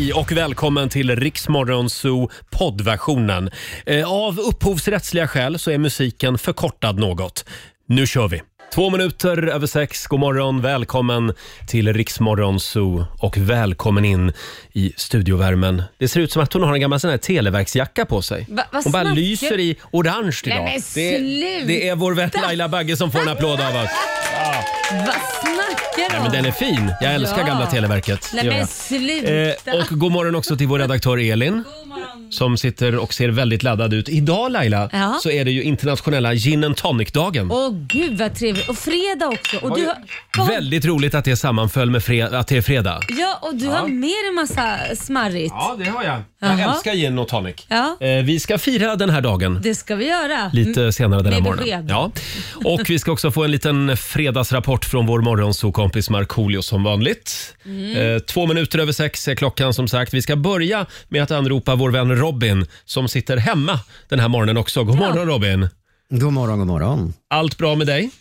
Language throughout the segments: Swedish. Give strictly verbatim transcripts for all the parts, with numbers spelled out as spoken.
Hej och välkommen till Riksmorgon Zoo poddversionen. Av upphovsrättsliga skäl så är musiken förkortad något. Nu kör vi! Två minuter över sex. God morgon, välkommen till Riksmorgon Zoo och välkommen in i studiovärmen. Det ser ut som att hon har en gammal sån här televerksjacka på sig. Va, hon bara lyser i orange idag. Nej, det, det är vår vän Laila Bagge som får en applåd av oss. Ja. Vad snackar du Nej, men den är fin. Jag älskar ja. gamla Televerket. Nej, men sluta. Eh, och god morgon också till vår redaktör Elin. Som sitter och ser väldigt laddad ut. Idag Laila, ja. så är det ju internationella gin and tonic-dagen. Åh gud vad trevligt. Och fredag också. Och du har, vad... Väldigt roligt att det sammanföll med fred- att det är fredag. Ja, och du ja. har med en massa smarrigt. Ja, det har jag. Jag Aha. älskar gin och tonic. Ja. Eh, vi ska fira den här dagen. Det ska vi göra. Lite senare den här med morgonen. Ja. Och vi ska också få en liten fredagsrapport från vår morgonsokompis Markoolio som vanligt. Mm. Eh, två minuter över sex är klockan som sagt. Vi ska börja med att anropa vår vän Robin som sitter hemma den här morgonen också. God morgon ja. Robin. God morgon, god morgon. Allt bra med dig?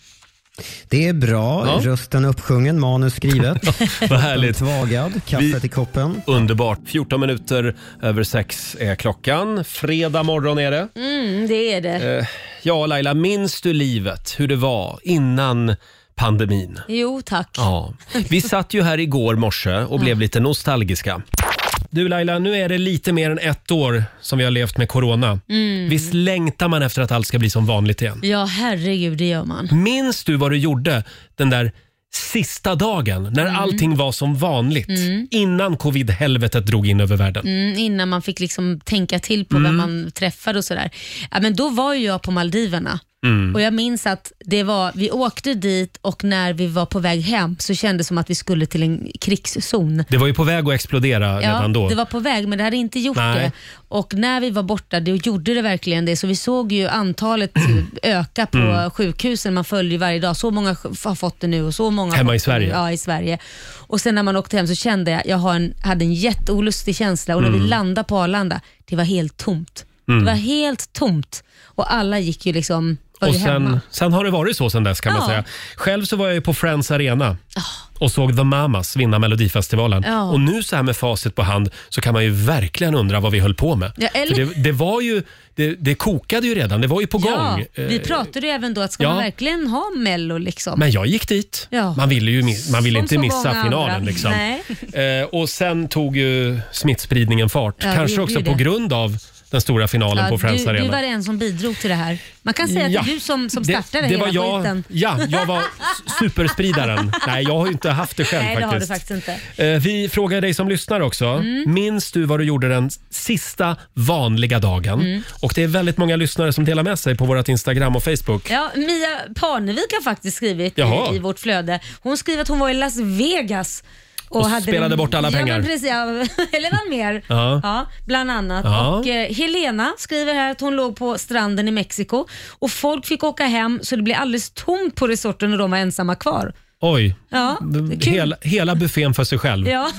Det är bra. Ja. Rösten uppsjungen, manus skrivet. Vad härligt. Tvagad, kaffet Vi... i koppen. Underbart. fjorton minuter över sex är klockan. Fredag morgon är det. Mm, det är det. Eh, ja, Laila, minns du livet? Hur det var innan pandemin? Jo, tack. Ja. Vi satt ju här igår morse och blev lite nostalgiska. Du Laila, nu är det lite mer än ett år som vi har levt med corona. Mm. Visst längtar man efter att allt ska bli som vanligt igen? Ja, herregud, det gör man. Minns du vad du gjorde den där sista dagen när mm. allting var som vanligt? Mm. Innan covid-helvetet drog in över världen. Mm, innan man fick liksom tänka till på mm. vem man träffade och sådär. Ja, men då var ju jag på Maldiverna. Mm. Och jag minns att det var, vi åkte dit och när vi var på väg hem så kändes det som att vi skulle till en krigszon. Det var ju på väg att explodera ja, redan då. Det var på väg men det hade inte gjort Nej. det. Och när vi var borta, då gjorde det verkligen det. Så vi såg ju antalet öka på mm. sjukhusen. Man följer varje dag. Så många har fått det nu och så många hemma i Sverige. Ja, i Sverige. Och sen när man åkte hem så kände jag, jag har en, hade en jätteolustig känsla och när mm. vi landade på Arlanda, det var helt tomt. Mm. Det var helt tomt. Och alla gick ju liksom och sen, sen har det varit så sen dess kan ja. man säga. Själv så var jag ju på Friends Arena oh. och såg The Mamas vinna Melodifestivalen. Oh. Och nu så här med facit på hand så kan man ju verkligen undra vad vi höll på med. Ja, eller... För det, det var ju, det, det kokade ju redan, det var ju på ja, gång. Vi pratade ju även då att ska ja. man verkligen ha Mello liksom? Men jag gick dit. Ja. Man ville ju man ville inte missa finalen liksom. Eh, och sen tog ju smittspridningen fart. Ja, kanske också på grund av den stora finalen ja, på Friends du, Arena. Du var en som bidrog till det här. Man kan säga ja. att det är du som, som startade det, det hela var jag, skiten. Ja, jag var superspridaren. Nej, jag har ju inte haft det själv. Nej, det faktiskt. har du faktiskt inte. Eh, vi frågar dig som lyssnar också. Mm. Minns du vad du gjorde den sista vanliga dagen? Mm. Och det är väldigt många lyssnare som delar med sig på vårt Instagram och Facebook. Ja, Mia Parnevik har faktiskt skrivit i, i vårt flöde. Hon skriver att hon var i Las Vegas och, och spelade en, bort alla pengar. Ja, precis, ja, eller vad mer. Ja. Ja, bland annat. Ja. Och eh, Helena skriver här att hon låg på stranden i Mexiko och folk fick åka hem så det blev alldeles tomt på resorten och de var ensamma kvar. Oj, ja, hela, hela buffén för sig själv. Ja,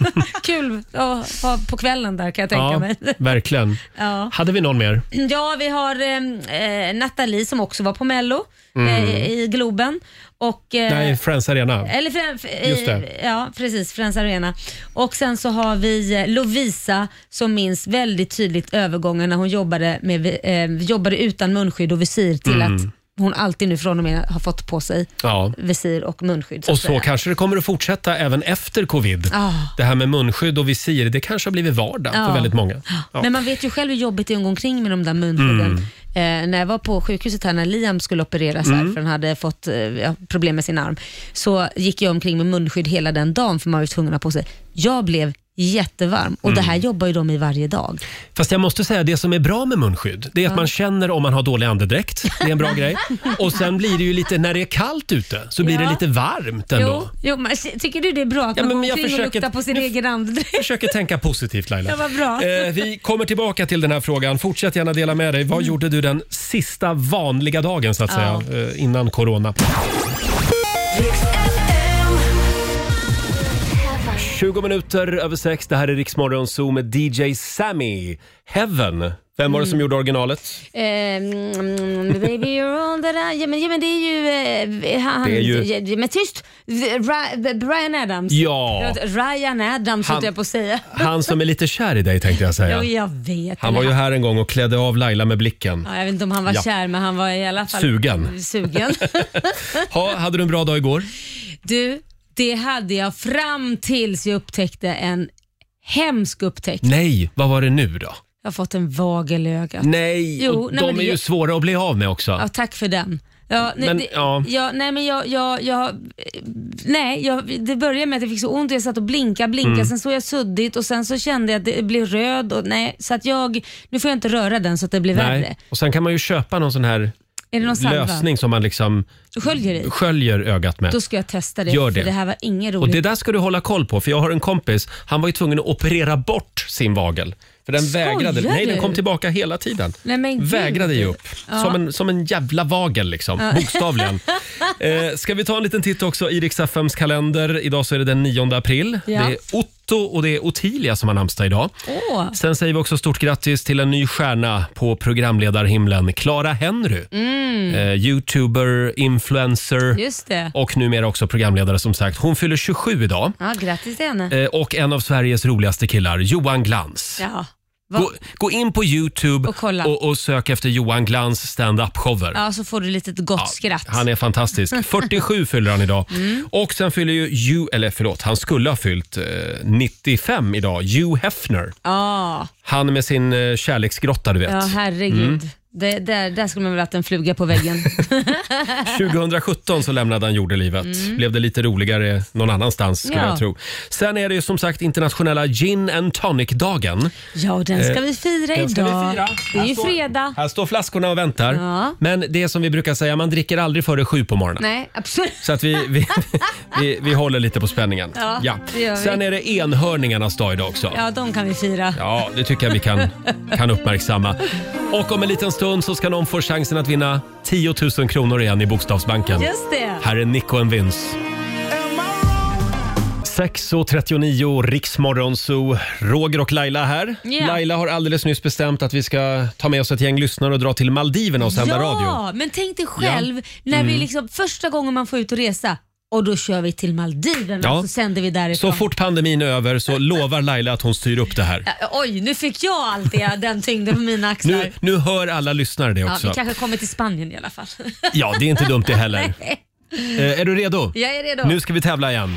kul ja, på kvällen där kan jag tänka ja, mig. Verkligen. Ja. Hade vi någon mer? Ja, vi har eh, Nathalie som också var på Mello mm. eh, i Globen. Och, eh, Nej, Friends Arena. Eller, Just det. Ja, precis, Friends Arena. Och sen så har vi Lovisa som minns väldigt tydligt övergången när hon jobbade, med, eh, jobbade utan munskydd och visir till mm. att hon alltid nu från och med har fått på sig ja. visir och munskydd. Så och så säga. Kanske det kommer att fortsätta även efter covid. Oh. Det här med munskydd och visir, det kanske har blivit vardag oh. för väldigt många. Ja. Men man vet ju själv hur jobbigt det är att gå omkring med de där munskydden. Mm. Eh, när jag var på sjukhuset här när Liam skulle opereras mm. här, för han hade fått eh, ja, problem med sin arm, så gick jag omkring med munskydd hela den dagen för man var tvungen att ha på sig. Jag blev jättevarm och mm. det här jobbar ju de i varje dag. Fast jag måste säga, det som är bra med munskydd, det är att ja. man känner om man har dålig andedräkt. Det är en bra grej. Och sen blir det ju lite, när det är kallt ute så blir ja. det lite varmt ändå. Jo, jo, men tycker du det är bra att ja, man går omkring och luktar på sin egen andedräkt? Jag försöker tänka positivt, Laila. Ja, vad bra. Eh, vi kommer tillbaka till den här frågan. Fortsätt gärna dela med dig. Vad mm. gjorde du den sista vanliga dagen så att ja. säga, eh, innan corona? tjugo minuter över sex. Det här är Rix Morgon Zoo med D J Sammy. Heaven. Vem var det som mm. gjorde originalet? Eh, mm, baby you're all that I... Ja men, ja, men det är ju... Eh, han, det är ju... Ja, men tyst! Ra, Bryan Adams. Ja. Ryan Adams, han, jag på att säga. Han som är lite kär i dig, tänkte jag säga. Jo, jag vet. Han var ju här en gång och klädde av Laila med blicken. Ja, jag vet inte om han var ja. kär, men han var i alla fall... Sugen. Sugen. ha, hade du en bra dag igår? Du, det hade jag fram tills jag upptäckte en hemsk upptäckt. Nej, vad var det nu då? Jag har fått en vagel i ögat. Nej, jo, och nej, de är ju jag... svåra att bli av med också. Ja, tack för den. Ja, nej, men, det, ja. Ja, nej, men jag, jag, jag, nej, jag, det började med att jag fick så ont och jag satt och blinka, blinka, mm. sen såg jag suddigt och sen så kände jag att det blev röd och nej, så att jag, nu får jag inte röra den så att det blir nej. värre. Och sen kan man ju köpa någon sån här är det någon lösning som man liksom sköljer, i? sköljer ögat med. Då ska jag testa det, Gör det. För det här var inget roligt. Och det där ska du hålla koll på, för jag har en kompis, han var ju tvungen att operera bort sin vagel. För den Skojar vägrade. du? Nej, den kom tillbaka hela tiden. Nej, men vägrade ge upp. Ja. Som, en, som en jävla vagel liksom, ja. bokstavligen. eh, ska vi ta en liten titt också i Rix F M:s kalender. Idag så är det den nionde april. Ja. Det är Otto och det är Ottilia som har namnsdag idag. Oh. Sen säger vi också stort grattis till en ny stjärna på programledarhimlen, Clara Henry. Mm. Eh, YouTuber, influencer. Just det. Och numera också programledare som sagt. Hon fyller tjugosju idag. Ja, grattis till henne. Eh, och en av Sveriges roligaste killar, Johan Glans. Ja. Gå, gå in på YouTube och, och, och sök efter Johan Glans stand-up-shower. Ja, så får du lite gott ja, skratt. Han är fantastisk. fyrtiosju fyller han idag. Mm. Och sen fyller ju, Hugh, eller förlåt, han skulle ha fyllt eh, nittiofem idag. Hugh Hefner. Ah. Han med sin eh, kärleksgrotta, du vet. Ja, herregud. Mm. Det, där, där skulle man väl haft en fluga på väggen. tjugohundrasjutton så lämnade han jordelivet. Mm. Blev det lite roligare någon annanstans skulle ja. jag tro. Sen är det ju som sagt internationella gin and tonic-dagen. Ja, och den ska eh, vi fira idag. Ska vi fira. Det är ju står, fredag. Här står flaskorna och väntar. Ja. Men det är som vi brukar säga, man dricker aldrig före sju på morgonen. Nej, absolut. Så att vi, vi, vi, vi håller lite på spänningen. Ja, ja. Det gör vi. Sen är det enhörningarnas dag idag också. Ja, de kan vi fira. Ja, det tycker jag vi kan, kan uppmärksamma. Och om en liten stund så ska någon få chansen att vinna tio tusen kronor igen i Bokstavsbanken. Just det. Här är Nico and Vince. sex och trettionio, Rix Morgon Zoo. Roger och Laila här. Yeah. Laila har alldeles nyss bestämt att vi ska ta med oss ett gäng lyssnare och dra till Maldiverna och sända ja, radio. Ja, men tänk dig själv ja. när mm. vi liksom första gången man får ut och resa. Och då kör vi till Maldiverna ja. och så sänder vi därifrån. Så fort pandemin är över så lovar Laila att hon styr upp det här. Ja, oj, nu fick jag alltid den tyngden på mina axlar. Nu, nu hör alla lyssnare det också. Ja, vi kanske kommer till Spanien i alla fall. Ja, det är inte dumt det heller. eh, är du redo? Jag är redo. Nu ska vi tävla igen.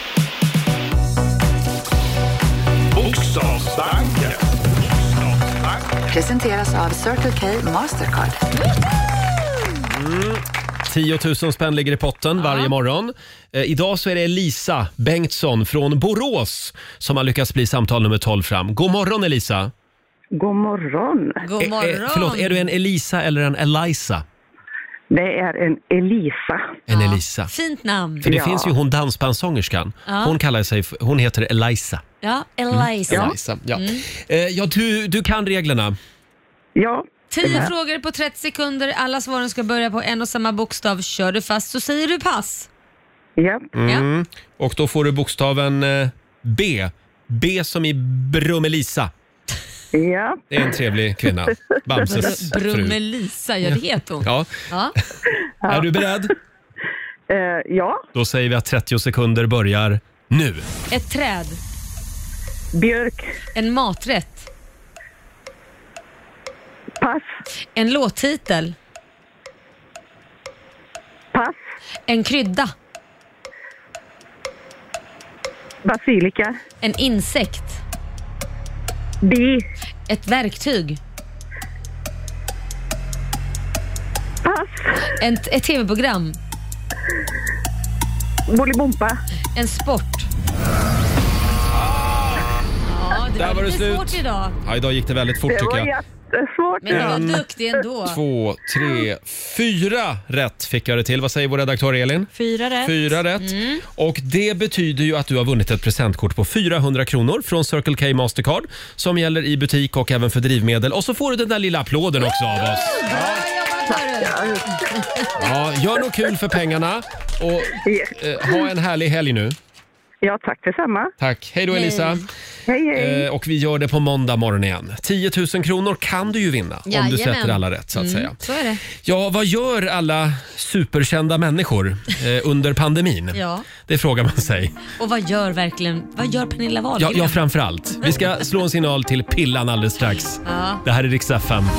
Bokstavsbanken. Presenteras av Circle K Mastercard. Mm. tio tusen spänn ligger i potten ja. varje morgon. Eh, idag så är det Elisa Bengtsson från Borås som har lyckats bli samtal nummer tolv fram. God morgon Elisa. God morgon. God morgon. Eh, eh, förlåt, är du en Elisa eller en Elisa? Det är en Elisa. En ja. Elisa. Fint namn. För det ja. finns ju hon dansbandssångerskan. Ja. Hon kallar sig, hon heter Elisa. Ja, Elisa. Mm. Elisa. Ja, mm. eh, ja du, du kan reglerna. Ja. Tio frågor på trettio sekunder. Alla svaren ska börja på en och samma bokstav. Kör du fast så säger du pass. Ja. Mm. ja. Och då får du bokstaven eh, B. B som i Brummelisa. Ja. Det är en trevlig kvinna. Bamses fru. Brummelisa, ja det heter hon. Ja. Ja. Är du beredd? Uh, ja. Då säger vi att trettio sekunder börjar nu. Ett träd. Björk. En maträtt. Pass. En låttitel. Pass. En krydda. Basilika. En insekt. Bi. Ett verktyg. Pass. En, ett tv-program. Bolibompa. En sport. Ja, det Där var, var det lite slut. svårt idag. Ja, idag gick det väldigt fort Det tycker var jag. jättesvårt. Men du var duktig ändå. Två, tre, fyra rätt fick jag det till. Vad säger vår redaktör Elin? Fyra rätt. Fyra rätt. Mm. Och det betyder ju att du har vunnit ett presentkort på fyrahundra kronor från Circle K Mastercard som gäller i butik och även för drivmedel. Och så får du den där lilla applåden också av oss. Ja. Ja, gör något kul för pengarna och eh, ha en härlig helg nu. Ja, tack detsamma. Tack. Hej då Elisa. Hej, hej. Eh, och vi gör det på måndag morgon igen. tio tusen kronor kan du ju vinna om Jajamän. du sätter alla rätt så att säga. Så är det. Ja, vad gör alla superkända människor eh, under pandemin? Ja. Det frågar man sig. Och vad gör verkligen, vad gör Pernilla Wahlgren? Ja, ja, framför allt. Vi ska slå en signal till Pillan alldeles strax. Ja. Det här är Rix F M.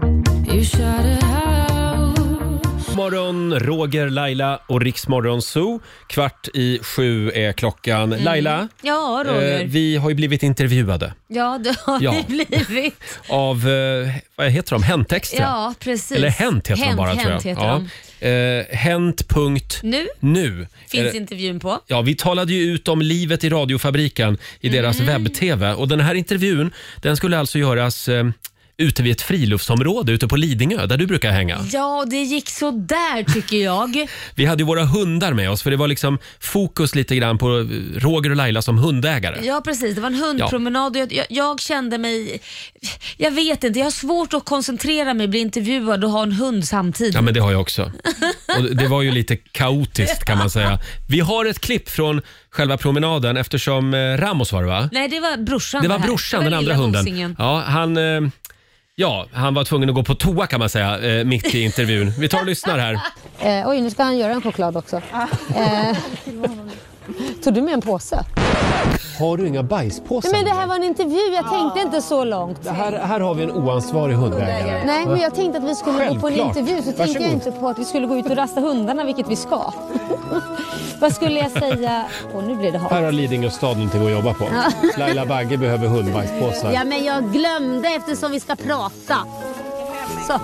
Morgon, Roger, Laila och Riksmorgon Zoo. Kvart i sju är klockan. Mm. Laila, ja, Roger. Eh, vi har ju blivit intervjuade. Ja, det har ja. vi blivit. Av, eh, vad heter de? Hänt Extra? Ja, precis. Eller Hänt heter Hänt, de bara Hänt tror jag. heter ja. de. Eh, Hänt punkt nu. nu. Finns eh, intervjun på. Ja, vi talade ju ut om livet i radiofabriken i deras Mm. webb-tv. Och den här intervjun, den skulle alltså göras eh, ute vid ett friluftsområde ute på Lidingö där du brukar hänga. Ja, det gick så där tycker jag. Vi hade ju våra hundar med oss för det var liksom fokus lite grann på Roger och Laila som hundägare. Ja, precis. Det var en hundpromenad och jag, jag, jag kände mig... Jag vet inte, jag har svårt att koncentrera mig, bli intervjuad och ha en hund samtidigt. Ja, men det har jag också. Och det var ju lite kaotiskt kan man säga. Vi har ett klipp från själva promenaden eftersom eh, Ramos var det va? Nej, det var brorsan. Det var här. brorsan, det var den andra lilla hunden. Mosingen. Ja, han... Eh, Ja, han var tvungen att gå på toa kan man säga eh, mitt i intervjun. Vi tar och lyssnar här. Eh, oj, nu ska han göra en choklad också. Eh, tog du med en påse? Har du inga bajspåsar? Men det här var en intervju, jag tänkte inte så långt. Det här, här har vi en oansvarig hundägare. Nej, men jag tänkte att vi skulle gå på en Självklart. intervju så tänkte jag Varsågod. inte på att vi skulle gå ut och rasta hundarna, vilket vi ska. Vad skulle jag säga? Åh, nu blir det Här halt. har Lidingö stad någonting att jobba på. Laila Bagge behöver hundbajspåsar. Ja, men jag glömde eftersom vi ska prata. Så.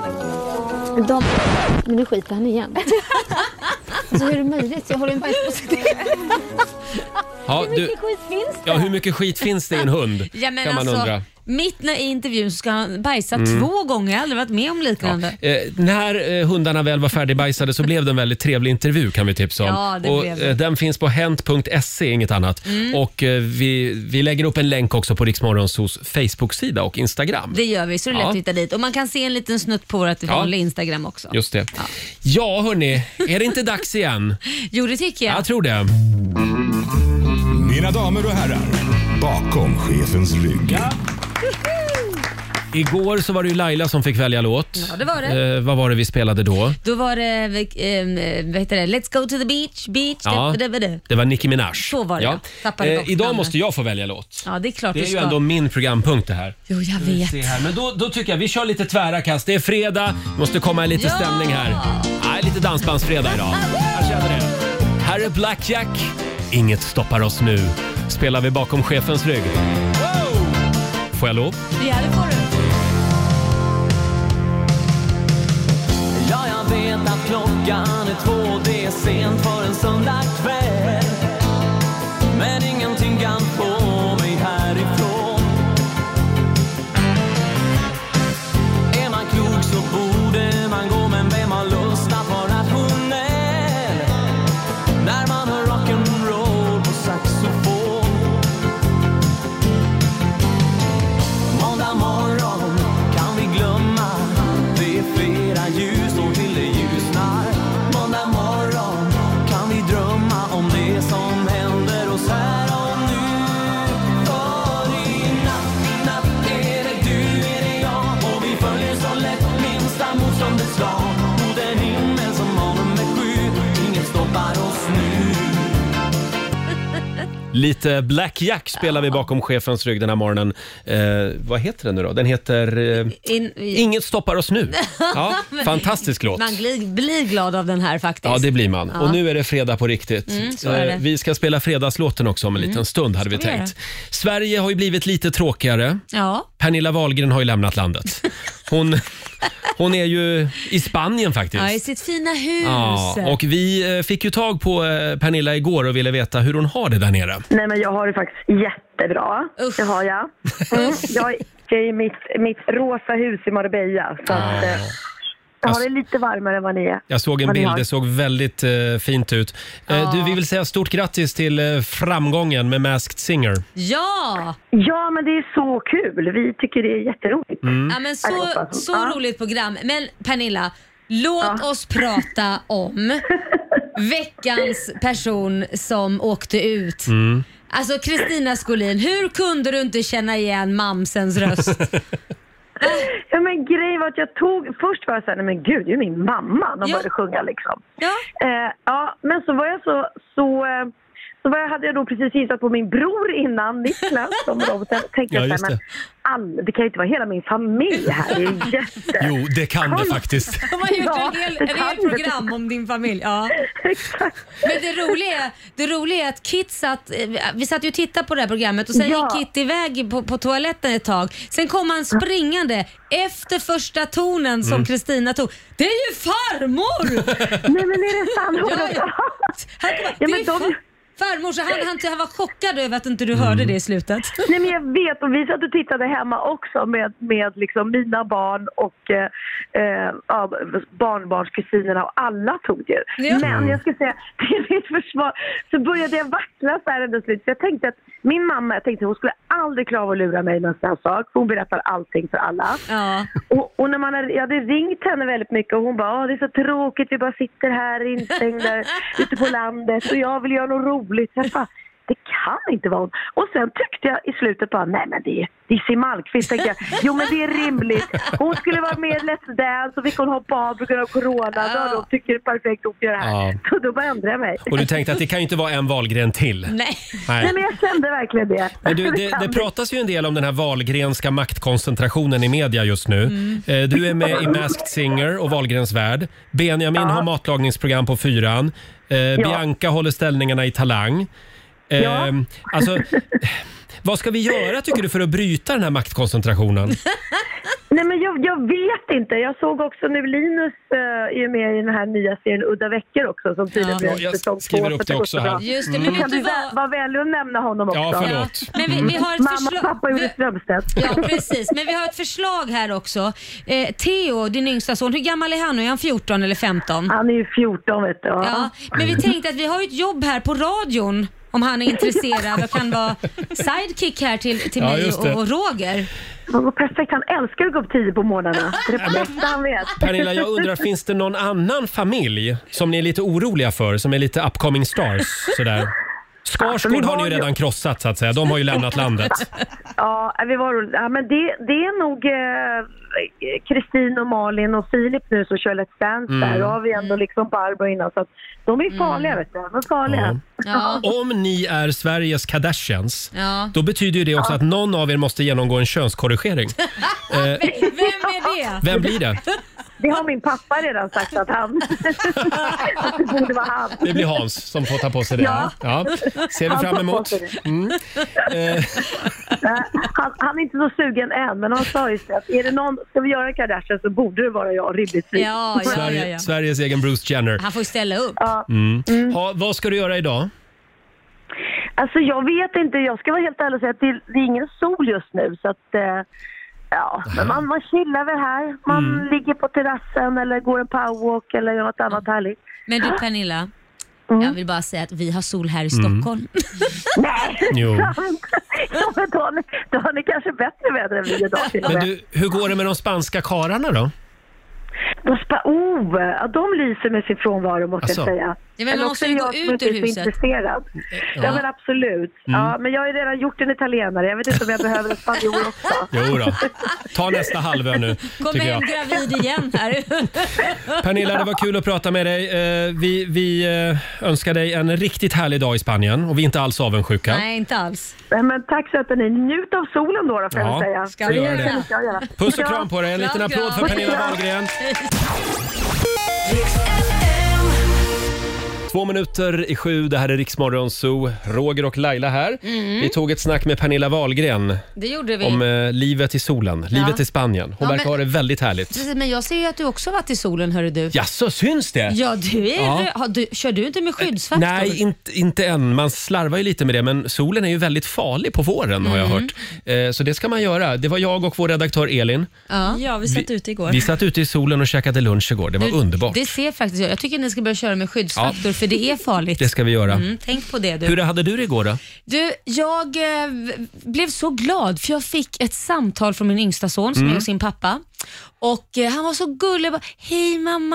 De... Men nu skiter han igen. Alltså, hur är det möjligt? Jag håller en bajspåse. Ja, Hur du, mycket skit finns det? ja, hur mycket skit finns det i en hund? Ja, men kan man alltså, undra. mitt i intervjun så ska han bajsa två gånger. Jag har aldrig varit med om liknande. Eh, när eh, hundarna väl var färdigbajsade så blev det en väldigt trevlig intervju kan vi tipsa om. Ja, det och, blev det. eh, den finns på hent punkt se, inget annat. Och eh, vi, vi lägger upp en länk också på Riksmorgonsos Facebook-sida och Instagram. Det gör vi, så det är lätt Ja. att hitta dit. Och man kan se en liten snutt på vårt vanliga Instagram också. Just det. Ja, hörni, är det inte dags igen? Jo, det tycker jag. Jag tror det. Mina damer och herrar, bakom chefens rygg. Igår så var det ju Laila som fick välja låt. Ja, det var det. Eh, vad var det vi spelade då? Då var det, eh, vad heter det, Let's go to the beach, beach, Ja. det, det, det. Det var Nicki Minaj. Så var det, ja. Tappade bort idag namnet. måste jag få välja låt. Ja, det är klart Det är du ju ska. ändå min programpunkt det här. Jo, jag Vi vet. ser här. Men då, då tycker jag vi kör lite tvära kast. Det är fredag, måste komma i lite Ja! stämning här. Nej, lite dansbandsfredag idag. Här känner det. Här är Black Jack. Inget stoppar oss nu. Spelar vi bakom chefens rygg. Wow! Får jag lov? Ja, det får du. Ja, jag vet att klockan är två, det är sent för en söndag kväll. Men ingenting kan få mig härifrån. Är man klok så borde man gå, men vem har lust att vara rationell när man hör rock'n'roll på saxofon? Måndag morgon kan vi glömma, det är flera ljus och till det ljusnar. Måndag morgon kan vi drömma om det som händer oss här och nu. För i natt, natt är det du, är det jag, och vi följer så lätt minsta motståndets lag. Och den himmel som har nummer sju, inget stoppar oss nu. Lite Black Jack spelar vi bakom chefens rygg den här morgonen. Eh, vad heter den nu då? Den heter eh, In, Inget stoppar oss nu. Ja, fantastisk låt. Man blir, blir glad av den här faktiskt. Ja, det blir man. Ja. Och nu är det fredag på riktigt. Mm, så är det. Eh, Vi ska spela fredagslåten också om en liten stund hade vi ska vi tänkt. Sverige har ju blivit lite tråkigare. Ja. Pernilla Wahlgren har ju lämnat landet. Hon, hon är ju i Spanien faktiskt. Ja, i sitt fina hus. Ja, och vi eh, fick ju tag på eh, Pernilla igår och ville veta hur hon har det där nere. Nej, men jag har det faktiskt jättebra. Uff. Det har jag. Mm. Jag är i mitt, mitt rosa hus i Marbella. Så att, eh, jag har det lite varmare än vad ni är. Jag såg en Vad ni bild, har. det såg väldigt eh, fint ut. Eh, Ja. Du, vi vill säga stort grattis till eh, framgången med Masked Singer. Ja! Ja, men det är så kul. Vi tycker det är jätteroligt. Mm. Ja, men så, Allihopa. så Ja. roligt program. Men Pernilla, låt Ja. oss prata om veckans person som åkte ut. Mm. Alltså Kristina Skolin, hur kunde du inte känna igen mamsens röst? Ja, men grejen var att jag tog, först var jag såhär, men gud, det är min mamma. De Ja. började sjunga liksom. Ja. Eh, ja, men så var jag så, så, eh, så var jag, hade jag då precis gissat på min bror innan, Niklas, som roboten. Tänkte Ja, jag just såhär, men det. all, det kan ju inte vara hela min familj här, det är jätte... Jo, det kan det faktiskt. De har gjort Ja, en hel, det en hel kan- program om din familj. Ja. Exakt. Men det roliga, är, det roliga är att Kit satt, vi satt ju och tittade på det här programmet och sen Ja. gick Kit iväg på, på toaletten ett tag. Sen kom han springande efter första tonen som Kristina tog. Det är ju farmor! Nej, men är det sant? Ja, ja. Han kom, Ja, det men är de- far, farmor, så han, han, han var chockad över att inte du hörde det i slutet. Nej, men jag vet, och vi satt och tittade hemma också med, med liksom mina barn och eh, eh, ja, barnbarnskusinerna, och alla tog det. Ja. Men jag ska säga, till mitt försvar så började jag vackla så här ändå slut. Så jag tänkte att min mamma, jag tänkte hon skulle aldrig klara av att lura mig med en sån här sak, för hon berättar allting för alla. Ja. Och, och när man hade, jag hade ringt henne väldigt mycket och hon bara, "Åh, det är så tråkigt, vi bara sitter här instängda ute på landet och jag vill göra något roligt." Så jag bara, det kan inte vara hon. Och sen tyckte jag i slutet bara, nej men det är, det är Siw Malmkvist, tänkte jag. Jo, men det är rimligt. Hon skulle vara med i Let's Dance och fick hon hoppa av på grund av corona. Då de tycker det är perfekt att göra det här. Ja. Så då bara ändrade jag mig. Och du tänkte att det kan ju inte vara en Wahlgren till. Nej. Nej, men jag kände verkligen det. Men du, det, kan det inte. pratas ju en del om den här Wahlgrenska maktkoncentrationen i media just nu. Mm. Eh, Du är med i Masked Singer och Wahlgrens värld. Benjamin har matlagningsprogram på fyran. Eh, Bianca håller ställningarna i Talang. Eh, Ja. Alltså, vad ska vi göra tycker du för att bryta den här maktkoncentrationen? Nej, men jag, jag vet inte. Jag såg också nu Linus uh, är med i den här nya serien Udda veckor också, som tydligen Ja. blev Ja, jag säsong skriver två, upp för det går också så bra. här. Just det, Mm. men vet Kan du du vä- vad? vara vänlig och nämna honom också? Ja, förlåt. Men vi, vi har ett Mamma och förslag. pappa gjorde vi- Strömstedt. Ja, precis. Men vi har ett förslag här också. Eh, Theo, din yngsta son, hur gammal är han nu? Är han fjorton eller femton? Han är ju fjorton, vet du. Ja, men vi tänkte att vi har ju ett jobb här på radion om han är intresserad och kan vara sidekick här till, till Ja, mig just det. och, och Roger. Vad perfekt, han älskar att gå upp tidigt på morgnarna. Det är det bästa han vet. Pernilla, jag undrar, finns det någon annan familj som ni är lite oroliga för, som är lite upcoming stars? Sådär. Skarsgård vi har ni var ju ju- redan krossat så att säga. De har ju lämnat landet. Ja, vi var ja, men det, det är nog Kristin och Malin och Filip nu som kör Let's Dance där. Då har vi ändå liksom Barbro innan, så att de är farliga, vet du. De är farliga. Ja. Om ni är Sveriges Kardashians, Ja. då betyder ju det också att någon av er måste genomgå en könskorrigering. Eh, Vem är det? vem blir det? Det har min pappa redan sagt att han... att det borde vara han. Det blir Hans som får ta på sig det. Ja. Ja. Ser vi Han fram tar på emot. sig det. Mm. Eh, Nej, Han, han är inte så sugen än, men han sa just det att är det någon, ska vi göra en Kardashian så borde det vara jag, rimligtvis. Ja, ja, ja, Sverige, ja. Sveriges egen Bruce Jenner. Han får ju ställa upp. Ja. Mm. Ha, vad ska du göra idag? Alltså jag vet inte, jag ska vara helt ärlig och säga att det, det är ingen sol just nu, så att eh, ja, men man, man chillar väl här. Man Mm. ligger på terrassen eller går en powerwalk eller gör något annat härligt. Men du Pernilla, Mm. jag vill bara säga att vi har sol här i Stockholm. Nej, Jo. ja, men då, har ni, då har ni kanske bättre väder än vi idag. till och Men med. du, hur går det med de spanska karlarna då? De, spa, oh, ja, de lyser med sin frånvaro, måste Asså? jag säga. Ja, men man Eller måste också ju är gå jag som ut inte ur är så huset. intresserad. Ja, men absolut. Ja, men jag har ju redan gjort en italienare. Jag vet inte om jag behöver en spanjor också. Jo då. Ta nästa halvö nu, Kom tycker hem jag. gravid igen här. Pernilla, det var kul att prata med dig. Eh, Vi, vi eh, önskar dig en riktigt härlig dag i Spanien och vi är inte alls avundsjuka. Nej, inte alls. Nej, men tack så att ni njut av solen då, då får Ja, jag säga. ska vi göra det. det. kan jag göra. Puss och Ja. kram på dig. En liten Kram, applåd för kram. Pernilla Wahlgren. Två minuter i sju, det här är Riksmorgon Zoo. Roger och Laila här. Vi tog ett snack med Pernilla Wahlgren Det gjorde vi. om eh, livet i solen, livet i Spanien. Hon Ja, verkar men- ha det väldigt härligt. Precis, men jag ser ju att du också varit i solen, hörru du. Jaså, syns det? Ja, du är Ja. rö- har du, kör du inte med skyddsfaktor? Nej, inte, inte än. Man slarvar ju lite med det, men solen är ju väldigt farlig på våren har jag Mm. hört. Eh, så det ska man göra. Det var jag och vår redaktör Elin. Ja. Ja, vi satt ute igår. Vi satt ute i solen och käkade lunch igår. Det var Du, underbart. Det ser faktiskt jag. Jag tycker ni ska börja köra med skyddsfaktor för det är farligt. Det ska vi göra. Mm, tänk på det du. Hur hade du det igår då? Du, jag eh, v- blev så glad för jag fick ett samtal från min yngsta son som Mm. är hos sin pappa. Och eh, han var så gullig. Jag bara, hej mamma,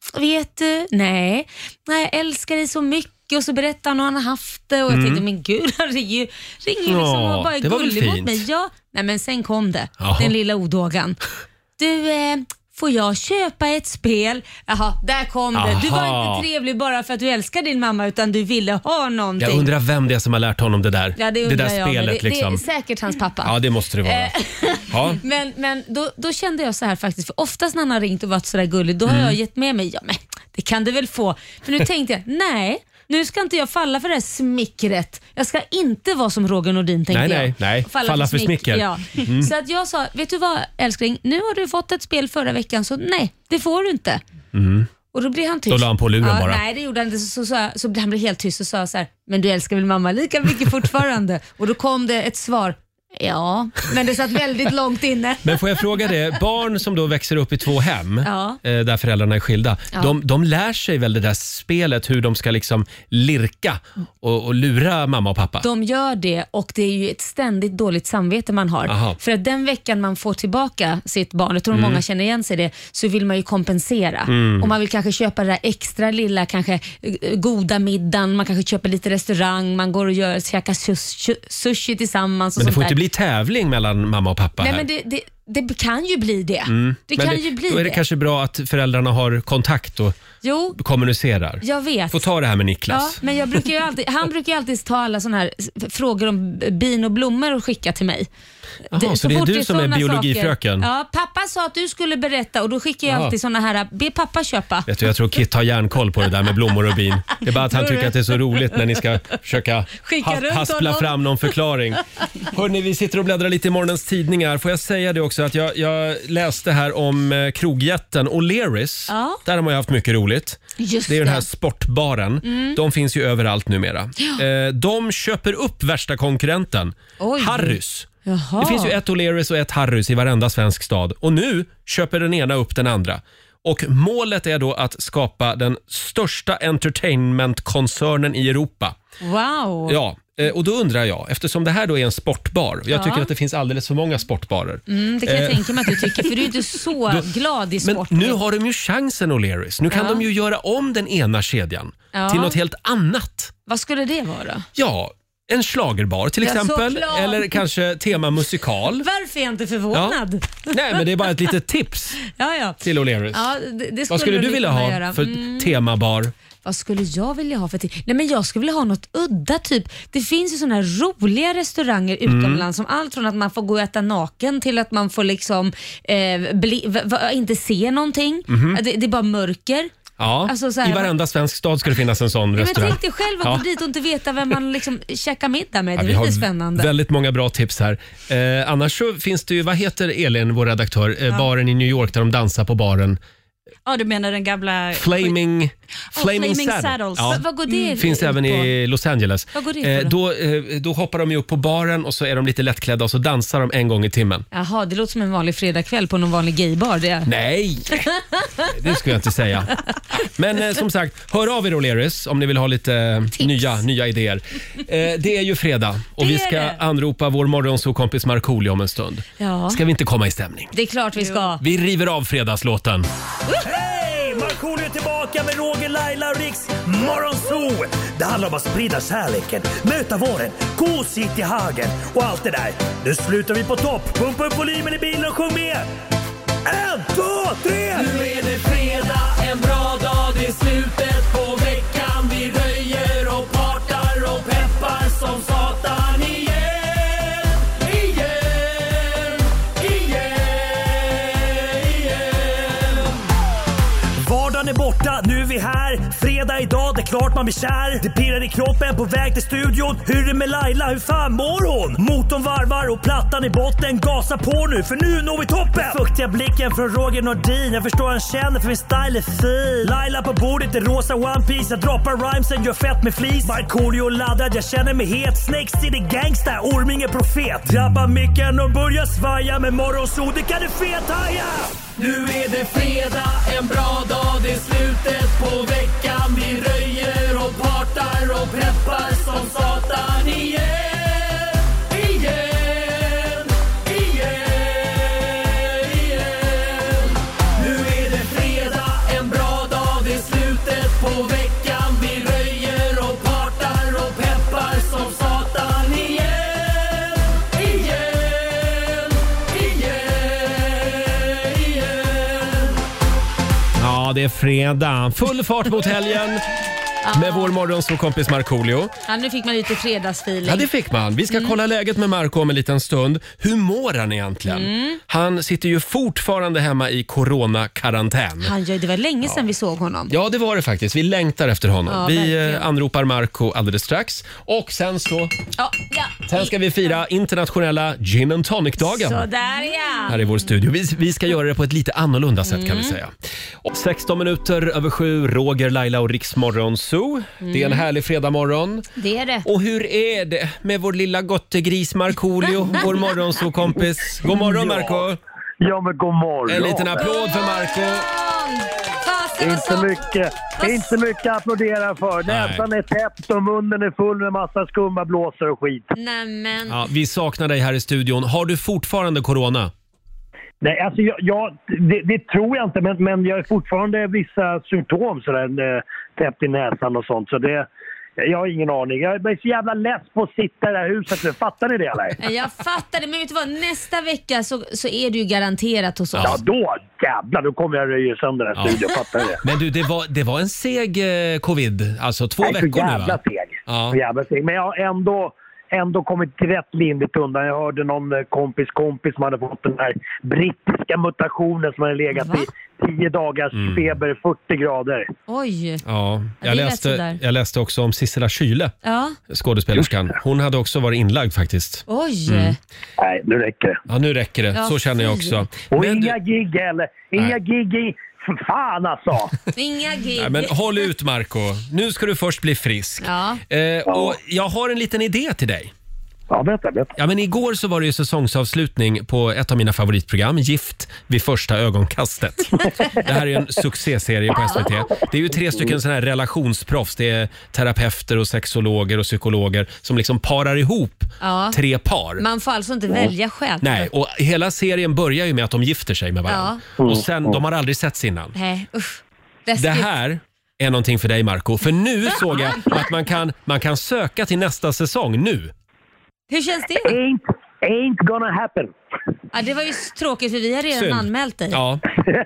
vet du, nej, nej, jag älskar dig så mycket. Och så berättar han hur han har haft det. Och jag tänkte, men gud, han ringer ju ringer liksom och bara är gullig mot mig. Ja, nej, men sen kom det, Jaha. den lilla odågan. Du, eh, får jag köpa ett spel? Jaha, där kom Aha. det. Du var inte trevlig bara för att du älskar din mamma, utan du ville ha någonting. Jag undrar vem det är som har lärt honom det där. Ja, det, det där jag, spelet det, liksom. det är säkert hans pappa. Ja, det måste det vara. ja. Men, men då, då kände jag så här faktiskt, för oftast när han har ringt och varit sådär gullig, då har mm. jag gett med mig, ja men det kan du väl få. För nu tänkte jag, nej, nu ska inte jag falla för det här smickret. Jag ska inte vara som Roger Nordin, tänkte nej, jag. Nej, nej, falla, falla för, för smicker. Ja. Mm. Så att jag sa, vet du vad älskling, nu har du fått ett spel förra veckan, så nej, det får du inte. Mm. Och då blev han tyst. Då la han på luren ja, bara. Nej, det gjorde han inte. Så, så, så, så han blev helt tyst och sa så här, men du älskar väl mamma lika mycket fortfarande? Och då kom det ett svar. Ja, men det satt väldigt långt inne. Men får jag fråga det, barn som då växer upp i två hem ja. eh, där föräldrarna är skilda, ja. de, de lär sig väl det där spelet hur de ska liksom lirka och, och lura mamma och pappa? De gör det, och det är ju ett ständigt dåligt samvete man har. Aha. För att den veckan man får tillbaka sitt barn, jag tror mm. många känner igen sig det, så vill man ju kompensera. Mm. Och man vill kanske köpa det där extra lilla, kanske goda middagen, man kanske köper lite restaurang, man går och gör, käkar sushi, sushi tillsammans. Och men det sånt får där. inte bli tävling mellan mamma och pappa. Nej, här. men det, det, det kan ju bli det. Mm. Det men kan det, ju bli då är det, det kanske bra att föräldrarna har kontakt och jo, kommunicerar. Jag vet. Får ta det här med Niklas. Ja, men jag brukar ju alltid, han brukar ju alltid ta alla såna här frågor om bin och blommor och skicka till mig. Aha, det, så, så det är du som är biologifröken? Saker, ja, pappa sa att du skulle berätta, och då skickar jag Aha. alltid såna här, be pappa köpa. Vet du, jag tror Kit har järnkoll på det där med blommor och bin. Det är bara att han tycker att det är så roligt när ni ska försöka ha, haspla honom. fram någon förklaring. Hörrni, vi sitter och bläddrar lite i morgonens tidningar. Får jag säga det också att jag, jag läste här om eh, krogjätten O'Learys. Ja. Där har man ju haft mycket roligt. Just det är den här sportbaren. Mm. De finns ju överallt numera. Ja. Eh, de köper upp värsta konkurrenten, Oj. Harrys. Jaha. Det finns ju ett O'Learys och ett Harrys i varenda svensk stad. Och nu köper den ena upp den andra. Och målet är då att skapa den största entertainmentkoncernen i Europa. Wow. Ja, och då undrar jag, eftersom det här då är en sportbar. Jag ja. tycker att det finns alldeles för många sportbarer. Mm, det kan jag eh. tänka mig att du tycker, för du är inte så du, glad i sport. Men nu har de ju chansen, O'Learys. Nu kan ja. de ju göra om den ena kedjan ja. till något helt annat. Vad skulle det vara? Ja, en schlagerbar till exempel, ja, eller kanske tema musikal. Varför är jag inte förvånad? Ja. Nej, men det är bara ett litet tips ja, ja. till O'Learys. Ja, det, det skulle Vad skulle du vilja ha göra. för mm. temabar? Vad skulle jag vilja ha för te- Nej, men jag skulle vilja ha något udda typ. Det finns ju såna här roliga restauranger utomlands mm. som allt från att man får gå och äta naken till att man får liksom eh, bli, v- v- inte se någonting. Mm. Det, det är bara mörker. Ja, alltså så här, i varenda svensk stad ska det finnas en sån ja, restaurang. Men tänk dig själv att ja. gå dit och inte veta vem man liksom käkar middag med. Det ja, är lite spännande. Väldigt många bra tips här. Eh, annars så finns det ju, vad heter Elin, vår redaktör, eh, ja. baren i New York där de dansar på baren. Ja, du menar den gamla... Flaming, oh, Flaming, Flaming Saddles. Saddles. Ja. Va, vad går det mm. Finns på? även i Los Angeles. Vad går det eh, då, eh, då hoppar de ju upp på baren och så är de lite lättklädda och så dansar de en gång i timmen. Jaha, det låter som en vanlig fredagkväll på någon vanlig gaybar. Det är. Nej, det skulle jag inte säga. Men eh, som sagt, hör av er O'Learys om ni vill ha lite nya, nya idéer. Eh, det är ju fredag och det vi ska det. anropa vår morgonsåkompis Markoolio om en stund. Ja. Ska vi inte komma i stämning? Det är klart vi ska. Vi river av fredagslåten. Markoolio är tillbaka med Roger, Laila och Riks Morgonzoo. Det handlar om att sprida kärleken, möta våren, gosigt i hagen och allt det där. Nu slutar vi på topp. Pumpa upp volymen i bilen och sjung med. En, två, tre! Nu är det fredag, en bra dag, det är slutet på veckan. Vi röjer och partar och peppar som satan igen. Igen, igen, igen. Vardagen är borta, nu är vi här. Fredag idag, det är klart man blir kär. Det pirrar i kroppen på väg till studion. Hur är det med Laila, hur fan mår hon? Motorn varvar och plattan i botten. Gasa på nu, för nu når vi toppen. Fuktiga blicken från Roger Nordin. Jag förstår han känner, för min style är fin. Laila på bordet i rosa One Piece. Jag droppar rhymesen, gör fett med flis. Markoolio laddad, jag känner mig het. Snake City gangsta, Orminge profet. Drabbar micken och börjar svaja. Med morgonsol, det kan du fethaja. Nu är det fredag, en bra dag, det är slutet på veckan. Vi röjer och partar och peppar som satan igen. Igen, igen, igen. Nu är det fredag, en bra dag, det är fredag. Full fart mot helgen. Med vår morgonsåkompis Markoolio. Ja, nu fick man lite fredagsfeeling. Ja, det fick man. Vi ska Mm. kolla läget med Marco om en liten stund. Hur mår han egentligen? Mm. Han sitter ju fortfarande hemma i coronakarantän. Han gör, det var länge sedan vi såg honom. Ja, det var det faktiskt. Vi längtar efter honom. Ja, vi verkligen. eh, anropar Marco alldeles strax. Och sen så Ja, ja. sen ska vi fira internationella gin and tonic-dagen. Sådär ja. Här i vår studio. Vi, vi ska göra det på ett lite annorlunda sätt kan vi Mm. säga. Och sexton minuter över sju, Roger, Laila och Riksmorgon Zoo. Det är en härlig fredagmorgon. Det är det. Och hur är det med vår lilla gottegris Markoolio, vår morgonsåkompis? God morgon Marco. Ja, men god morgon. En liten applåd för Marco. Inte mycket, inte mycket att applådera för. Näsan är täppt och munnen är full med massa skumma blåsor och skit. Nämen. Ja, vi saknar dig här i studion. Har du fortfarande corona? Nej, alltså jag, jag, det, det tror jag inte, men, men jag har fortfarande vissa symptom sådär, eh, täppt i näsan och sånt. Så det, jag har ingen aning. Jag är så jävla less på att sitta i det här huset. Fattar ni det eller? Jag fattar det, men vet du vad? Nästa vecka så, så är du ju garanterat hos oss. Ja, då jävlar, då kommer jag röja sönder den här studion. Fattar ni det? Men du, det var, det var en seg eh, covid, alltså två Nej, så veckor nu jävla va? seg. Ja. Så jävla seg. Men jag har ändå, ändå kommit rätt lindrigt undan. Jag hörde någon eh, kompis kompis som hade fått den här brittiska mutationen som hade legat i tio dagars Mm. feber, fyrtio grader. Oj. Ja, Ja, det jag lät läste, sådär. jag läste också om Sissela Kyle, Ja. skådespelerskan. Hon hade också varit inlagd faktiskt. Oj. Mm. Nej, nu räcker det. Ja, nu räcker det. Ja, Så känner jag fy. också. Och Men du- inga gig heller. Inga Nej. gig i... För fan alltså! Inga gig. Nej, men håll ut Marco. Nu ska du först bli frisk. Ja. Eh, och jag har en liten idé till dig. Ja, berätta, berätta. Ja, men igår så var det ju säsongsavslutning på ett av mina favoritprogram, Gift vid första ögonkastet. Det här är en succéserie på S V T. Det är ju tre stycken såna här relationsproffs. Det är terapeuter och sexologer och psykologer som liksom parar ihop Ja. tre par. Man får alltså inte välja själv. Nej, och hela serien börjar ju med att de gifter sig med varandra. Och sen, de har aldrig setts innan. Nej, usch. Det Läskigt. här är någonting för dig Marco, för nu såg jag att man kan, man kan söka till nästa säsong nu. Hur känns det? Ain't, ain't gonna happen. Ja, det var ju tråkigt för vi har redan Synd. anmält dig. Ja.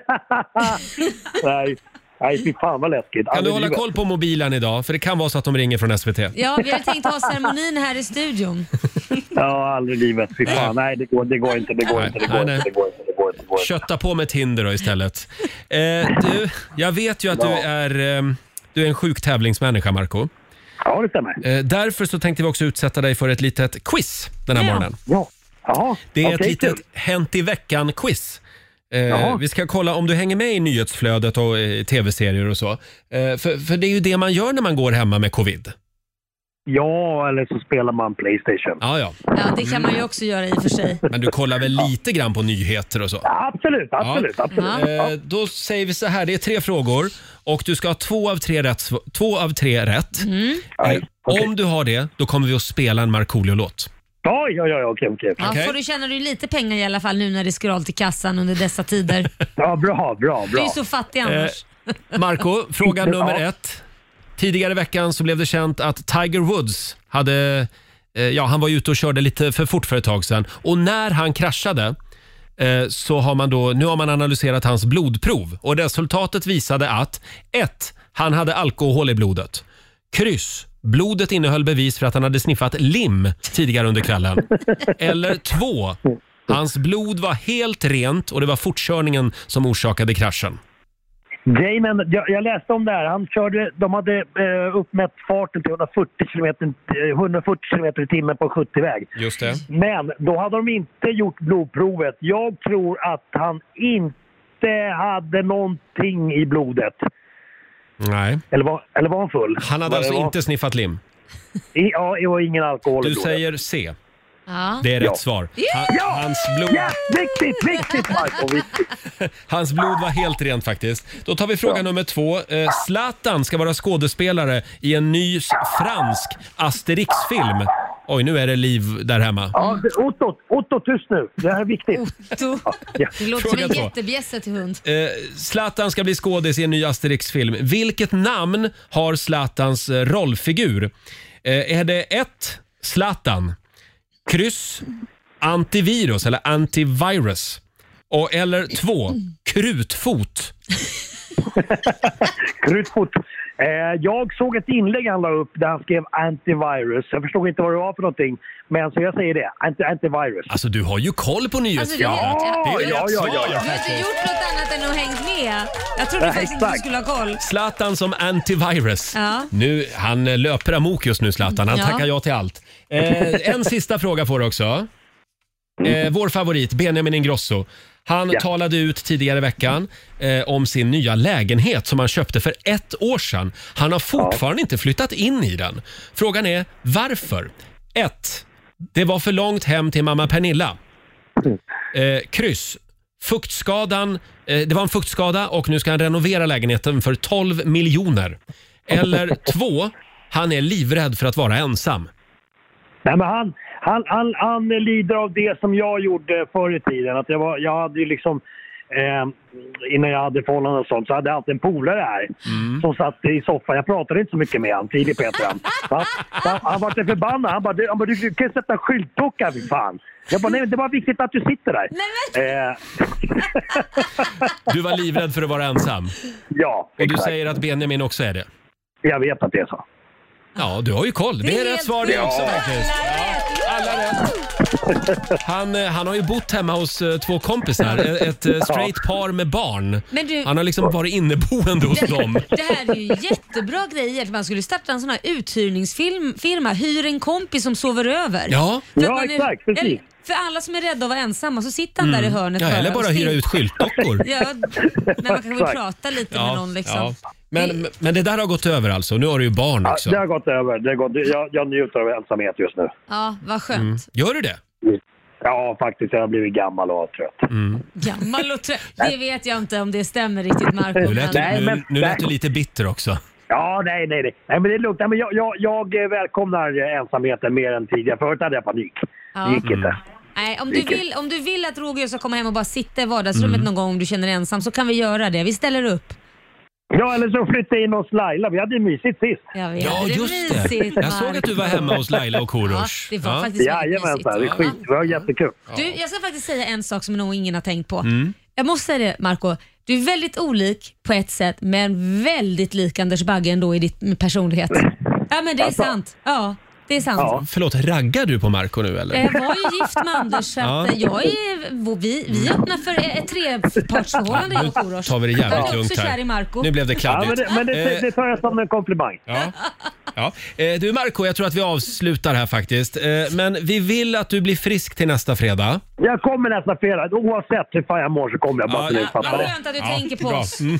Nej, nej fy fan vad läskigt. Kan du hålla koll på mobilen idag? För det kan vara så att de ringer från S V T. Ja, vi har tänkt ha ceremonin här i studion. Ja, aldrig i livet. Fy fan, nej det går, det går inte, det går Nej, inte, det nej, går nej. inte, det går inte, det går inte, det går inte. Kötta på med Tinder då istället. Eh, du, jag vet ju att du är, eh, du är en sjuk tävlingsmänniska Marco. Ja, det stämmer. Eh, därför så tänkte vi också utsätta dig för ett litet quiz den här Ja. morgonen. Ja, jaha. Det är ett Okej, litet kul. Hänt i veckan-quiz. Eh, Jaha. vi ska kolla om du hänger med i nyhetsflödet och eh, tv-serier och så. Eh, för, för det är ju det man gör när man går hemma med covid. Ja, eller så spelar man Playstation. Ja, ja. Ja, det kan man ju också göra i och för sig. Men du kollar väl lite grann på nyheter och så? Ja, absolut, absolut, absolut. Ja. Eh, då säger vi så här, det är tre frågor och du ska ha två av tre rätt. sv- Två av tre rätt. Mm. Aj, Eh, okej. Om du har det, då kommer vi att spela en Markoolio-låt. Oj, oj, oj, okej, okej. Ja, Okej. får du känna dig lite pengar i alla fall nu när det är skralt i kassan under dessa tider. Ja, bra, bra, Du är bra. ju så fattig annars. Marco, fråga nummer Ja. ett. Tidigare i veckan så blev det känt att Tiger Woods hade, eh, ja han var ju ute och körde lite för fort för ett tag sedan. Och när han kraschade eh, så har man då, nu har man analyserat hans blodprov. Och resultatet visade att ett, han hade alkohol i blodet. Kryss. Blodet innehöll bevis för att han hade sniffat lim tidigare under kvällen. Eller två, hans blod var helt rent och det var fortkörningen som orsakade kraschen. Damon, jag, jag läste om det här. Han körde, de hade eh, uppmätt farten till hundrafyrtio kilometer, eh, hundrafyrtio kilometer i timmen på sjuttio-väg. Just det. Men då hade de inte gjort blodprovet. Jag tror att han inte hade någonting i blodet. Nej. Eller var, eller var han full? Han hade Var alltså det var- inte sniffat lim. I, ja, det var ingen alkohol i Du blodet. säger C. Ja. Det är rätt Ja. svar. Han, Ja! hans, blod, Ja, viktigt, viktigt Marco, viktigt. hans blod var helt rent faktiskt. Då tar vi fråga nummer två. Eh, Zlatan ska vara skådespelare i en ny s- fransk Asterix-film. Oj, nu är det liv där hemma. Ja, det- Otto, Otto, tyst nu. Det här är viktigt. Otto. Ja. Det låter Fråga som en två. jättebjässe till hund. Eh, Zlatan ska bli skådis i en ny Asterix-film. Vilket namn har Zlatans eh, rollfigur? Eh, är det ett Zlatan, kryss, antivirus eller antivirus? Och, eller två, krutfot. Krutfot. Eh, jag såg ett inlägg han la upp där han skrev antivirus. Jag förstod inte vad det var för någonting. Men så jag säger det, Anti- antivirus. Alltså du har ju koll på nyhetsflödet. Alltså, ja, det är ja, ja, ja, ja. Du har inte gjort något annat än att hängt med. Jag trodde Ja, faktiskt inte du exakt. skulle ha koll. Zlatan som antivirus. Ja. Nu, han löper amok just nu, Zlatan. Han Ja. tackar ja till allt. Eh, en sista fråga får du också. Eh, vår favorit, Benjamin Ingrosso. Han Ja. talade ut tidigare i veckan eh, om sin nya lägenhet som han köpte för ett år sedan. Han har fortfarande inte flyttat in i den. Frågan är varför? ett. Det var för långt hem till mamma Pernilla. Eh, kryss. Fuktskadan, eh, det var en fuktskada och nu ska han renovera lägenheten för tolv miljoner. Eller två. Han är livrädd för att vara ensam. Nej, men han, han, han, han lider av det som jag gjorde förr i tiden. Att jag, var, jag hade ju liksom, eh, innan jag hade förhållanden och sånt, så hade jag alltid en polare här Mm. som satt i soffan. Jag pratade inte så mycket med han, Filip heter han. Han, han, han var inte förbannad. Han bara, du, han bara, du, du kan sätta skyltdocka vid fan. Jag bara, nej, det var viktigt att du sitter där. Eh, Du var livrädd för att vara ensam. ja, Och du exakt. säger att Benjamin också är det. Jag vet att det är så. Ja, du har ju koll. Det är, Det är rätt helt svar det sjukt. också faktiskt. Ja, alla rätt. Han, eh, han har ju bott hemma hos eh, två kompisar. Ett, ett eh, straight par med barn. Men du- Han har liksom varit inneboende hos dem. Det här är ju jättebra grejer. Man skulle starta en sån här uthyrningsfirma. Hyr en kompis som sover över. Ja. För att Ja, man är- exakt, precis. eller- För alla som är rädda att vara ensamma så sitter han där i hörnet. Ja, eller och bara still- hyra ut skyltdockor. Ja, men man kan väl Exakt. prata lite med någon liksom. ja. Men, men det där har gått över alltså. Nu har du ju barn Ja, också. det har gått över. Det har gått, jag, jag njuter av ensamhet just nu. Ja, vad skönt. Gör du det? Ja, faktiskt. Jag har blivit gammal och trött. Gammal och trött. Det vet jag inte om det stämmer riktigt, Marco. Nu lät, Nej, nu, men- nu lät nej. du lite bitter också. Ja, nej, nej, nej. Nej, men det är lugnt. Nej, men jag, jag, jag välkomnar ensamheten mer än tidigare. Förut hade jag panik. Ja. Det gick inte. Nej, om, du vill, om du vill att Roger ska komma hem och bara sitta i vardagsrummet någon gång om du känner dig ensam så kan vi göra det. Vi ställer upp. Ja, eller så flytta in hos Laila. Vi hade ju mysigt sist. Jag vet, Ja, det är just det. mysigt, Jag såg att du var hemma hos Laila och Korosh. Ja, det var faktiskt väldigt Jajamensan, det är mysigt. skit. Det var jättekul. Du, jag ska faktiskt säga en sak som nog ingen har tänkt på. Mm. Jag måste säga det, Marco. Du är väldigt olik på ett sätt, men väldigt lik Anders Bagge ändå i din personlighet. Ja, men det är Alltså. sant. Ja, det är sant. Ja. Förlåt, raggar du på Marco nu eller? Jag var ju gift med Anders så Ja. att jag är, vi, vi öppnar för ett trepartsförhållande jag och Korosh. tar vi det jävligt Jag är lugnt också här. kär i Marco. Nu blev det Ja, kladdigt. men det, men det, Eh, det tar jag som en komplimang. Ja. Ja. Eh, Du Marco, jag tror att vi avslutar här faktiskt. Eh, Men vi vill att du blir frisk till nästa fredag. Jag kommer nästa fredag. Oavsett hur fan jag mår så kommer jag bara Ja, så ni ja, fattar Vad det. skönt att du Ja, tänker på bra. oss. Mm.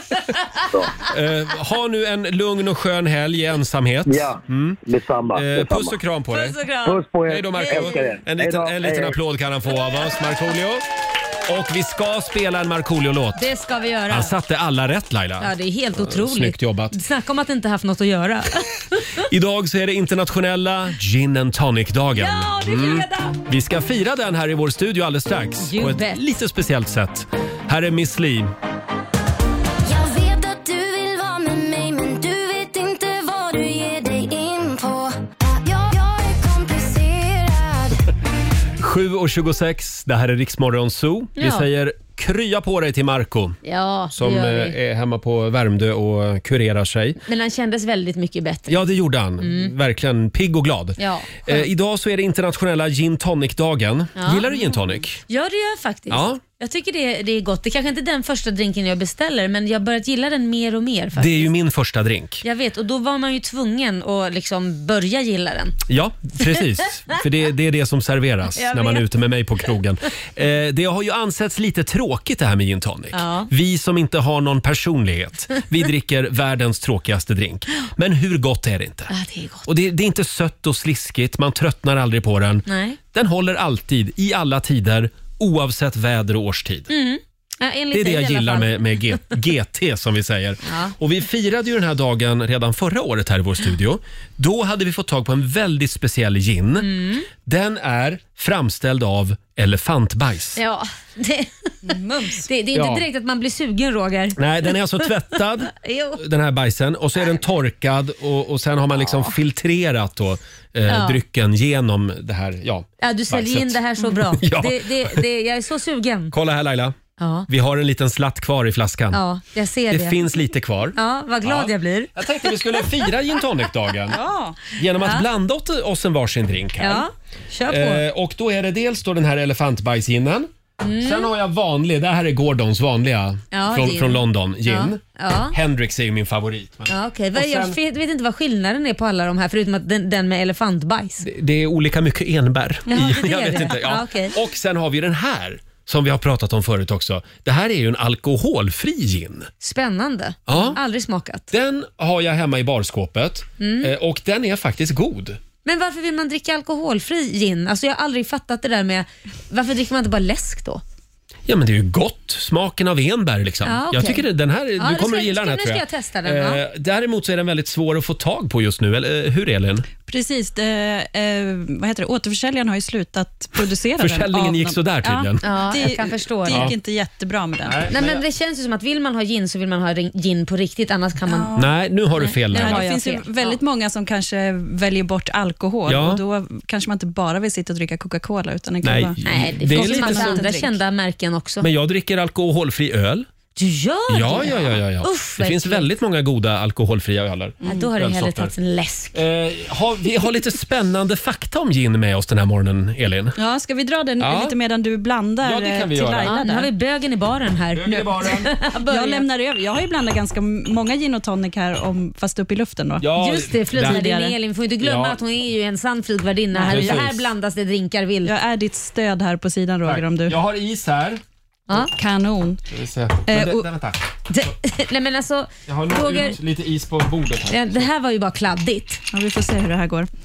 Eh, ha nu en lugn och skön helg i ensamhet. Ja, detsamma. Eh, detsamma. puss och kram på dig. Puss och kram. Puss på er. Hej då Marco. Älskar er. En Hej liten, då. en liten Hej. applåd kan han få av oss, Markoolio. Och vi ska spela en Markoolio-låt. Det ska vi göra. Han satte alla rätt Laila. Ja, det är helt otroligt. Snyggt jobbat. Snacka om att inte haft något att göra. Idag så är det internationella Gin and Tonic-dagen. Ja, det är fredag. Vi ska fira den här i vår studio alldeles strax. You På ett bet. lite speciellt sätt. Här är Miss Li. Jag vet att du vill vara med mig men du vet inte vad du ger dig in på. Jag, jag är komplicerad. sju och tjugosex, det här är Riksmorgon Zoo. Vi Ja. säger krya på dig till Marco Ja, som det gör eh, vi. är hemma på Värmdö och kurerar sig. Men han kändes väldigt mycket bättre. Ja, det gjorde han. Verkligen pigg och glad. Ja, eh, skönt. idag så är det internationella gin tonic-dagen. Ja. Gillar du gin tonic? Ja, det gör jag faktiskt. Ja. Jag tycker det, det är gott. Det är kanske inte den första drinken jag beställer, men jag har börjat gilla den mer och mer faktiskt. Det är ju min första drink. Jag vet, och då var man ju tvungen att liksom börja gilla den. Ja, precis. För det, det är det som serveras Jag när man är vet. ute med mig på krogen. Eh, det har ju ansetts lite tråkigt det här med gin tonic. Ja. Vi som inte har någon personlighet, vi dricker världens tråkigaste drink. Men hur gott är det inte? Ja, det är gott. Och det, det är inte sött och sliskigt, man tröttnar aldrig på den. Nej. Den håller alltid, i alla tider, oavsett väder och årstid. Mm. Ja, enligt Det är det dig jag i alla gillar fall. med, med G, G T som vi säger. Ja. Och vi firade ju den här dagen redan förra året här i vår studio. Då hade vi fått tag på en väldigt speciell gin. Mm. Den är framställd av elefantbajs. Ja, det, Mums. det, det är inte Ja. direkt att man blir sugen, Roger. Nej, den är alltså tvättad, Jo. den här bajsen, och så är den torkad och, och sen har man liksom filtrerat då, eh, Ja. drycken genom det här, ja. Ja, du säljer bajset. in det här så bra. Ja. det, det, det, jag är så sugen. Kolla här Laila. Ja. Vi har en liten slatt kvar i flaskan. Ja, jag ser det. det. Det finns lite kvar. Ja, vad glad Ja. jag blir. Jag tänkte vi skulle fira gin tonic-dagen Ja. genom att Ja. blanda åt oss en varsin drink här. Ja, kör på. Eh, och då är det dels då den här elefantbajsginen. Mm. Sen har jag vanlig, det här är Gordons vanliga Ja, från, gin. från London, gin. Ja. Ja. Hendrix är ju min favorit. Men Ja, okej. Vad- Och Jag sen- vet, vet inte vad skillnaden är på alla de här förutom att den, den med elefantbajs. det, det är olika mycket enbär Ja, i. det är Jag vet det. inte. Ja. Ja, okej. Och sen har vi den här som vi har pratat om förut också. Det här är ju en alkoholfri gin. Spännande. Ja. Aldrig smakat. Den har jag hemma i barskåpet Mm. eh, och den är faktiskt god. Men varför vill man dricka alkoholfri gin? Alltså jag har aldrig fattat det där med varför dricker man inte bara läsk då? Ja, men det är ju gott. Smaken av enbär liksom. Ja, okej. Jag tycker det- den här, Ja, du det kommer ska- att gilla den här nu tror ska jag. jag testa den, ja. Eh, däremot så är den väldigt svår att få tag på just nu. Eller, eh, hur Elin? Precis, det, eh, vad heter det? Återförsäljaren har ju slutat producera den. Försäljningen av gick dem. sådär tydligen. Ja, det, jag kan förstå det det. gick Ja. inte jättebra med den. Nej, men det känns ju som att vill man ha gin så vill man ha gin på riktigt, annars kan man... Nej, nu har du fel Nej, Laila. det finns ju väldigt många som kanske väljer bort alkohol Ja. och då kanske man inte bara vill sitta och dricka Coca-Cola utan det kan Nej, vara... Nej, det, det är finns lite ju massa så- andra drink. kända märken också. Men jag dricker alkoholfri öl. Du gör Ja, det? ja, ja. ja, ja. Uff, det vad finns äckligt. väldigt många goda alkoholfria öler. Ja, då har det hellre Ölsorter. tagit en läsk. Eh, har, vi har lite spännande fakta om gin med oss den här morgonen, Elin. Ja, ska vi dra den Ja. lite medan du blandar Ja, det kan vi till göra. Laila Ja, nu där? har vi bögen i baren här. Bögen i baren. Jag lämnar över. Jag har ju blandat ganska många gin och tonic här, om, fast upp i luften då. Ja, Just det, flygvärdinnan Elin. Får inte glömma Ja. att hon är ju en sann flygvärdinna. Här, Precis. här blandas det drinkar vilt. Jag är ditt stöd här på sidan, Roger, om du... Jag har is här. Ja. Kanon. Ska vi se. Men det, och- vänta. Nej men alltså, Jag har lagt Roger, ut lite is på bordet här. ja, det här var ju bara kladdigt. Ja, vi får se hur det här går.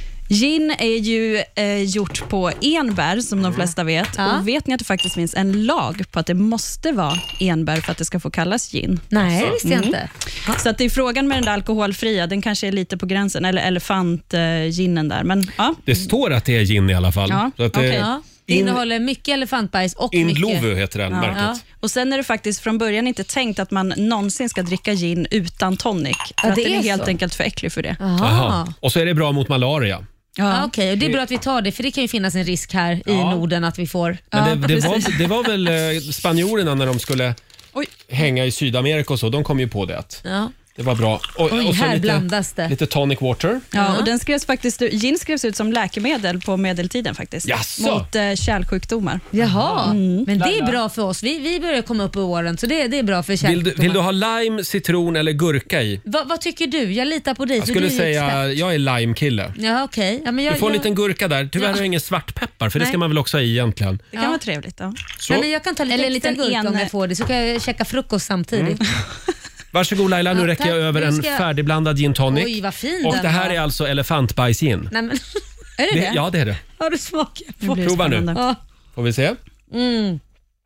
Gin är ju eh, gjort på enbär, som de flesta vet. Ja. Och vet ni att det faktiskt finns en lag på att det måste vara enbär för att det ska få kallas gin? Nej, det visste jag inte. Så att det är frågan med den där alkoholfria, den kanske är lite på gränsen, eller elefantginen där. Men ja, Det står att det är gin i alla fall. Ja, Så att det, okej. Ja, det In- innehåller mycket elefantbajs och Indlovu mycket... heter den Ja. märket. Ja. Och sen är det faktiskt från början inte tänkt att man någonsin ska dricka gin utan tonic. För Ja, att det den är är helt så. enkelt för äcklig för det. Jaha. Jaha. Och så är det bra mot malaria. Ja, Okej, och det är bra att vi tar det för det kan ju finnas en risk här i Ja. Norden att vi får... Men Ja, det, det, precis. var, det var väl eh, spanjorerna när de skulle Oj. hänga i Sydamerika och så. De kom ju på det. Att Ja. det var bra. Och, Oj, och så här lite, blandas det. lite tonic water. Ja, och den skrevs faktiskt, gin skrevs ut som läkemedel på medeltiden faktiskt. Jaså? Mot eh, kärlsjukdomar. Jaha, men det är Laila. bra för oss. Vi, vi börjar komma upp i åren så det, det är bra för Vill du, kärlsjukdomar. vill du ha lime, citron eller gurka i? Va, vad tycker du? Jag litar på dig. Jag för skulle du är ju säga, expert. jag är lime-kille. Ja, okej. Ja, men jag, Du får en jag, liten gurka där. Tyvärr Ja. har jag ingen svartpeppar för det Nej. ska man väl också ha i egentligen. Det kan Ja. vara trevligt. Ja. Så. Nej, men jag kan ta lite Eller extra en liten gurka om en- jag får det så kan jag käka frukost samtidigt. Varsågod Laila, nu Ja, räcker jag tack. över Nu en ska jag- färdigblandad gin tonic. Oj, vad fin Och den det här var. är alltså elefantbajsgin. Nej, men, är det Det, det? ja, det är det. Har du smakat Nu på? blir det Prova nu. spännande. Ja. Får vi se. Mm.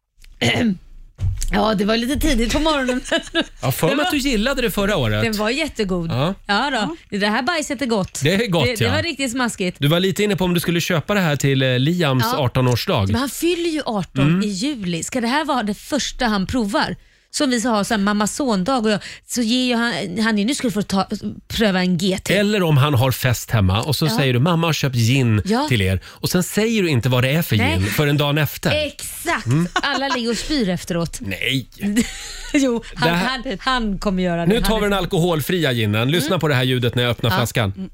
Ja, det var lite tidigt på morgonen. Jag för mig att du gillade det förra året. Den var jättegod. Ja. Ja. då. Det här bajset är gott. Det är gott, det, det ja. var riktigt smaskigt. Du var lite inne på om du skulle köpa det här till eh, Liams Ja. arton-årsdag. Men han fyller ju arton Mm. i juli. Ska det här vara det första han provar? Som vi ska ha så här mamma son-dag och jag, så ger ju han, han ju, nu ska du få ta, pröva en G T. Eller om han har fest hemma och så Ja. säger du mamma har köpt gin Ja. till er och sen säger du inte vad det är för Nej. gin förrän dagen efter. Exakt! Mm. Alla ligger och spyr efteråt. Nej. Jo, han, Det här- han, han kommer göra det. Nu tar vi den alkoholfria ginen. Lyssna Mm. på det här ljudet när jag öppnar Ja. flaskan. Mm.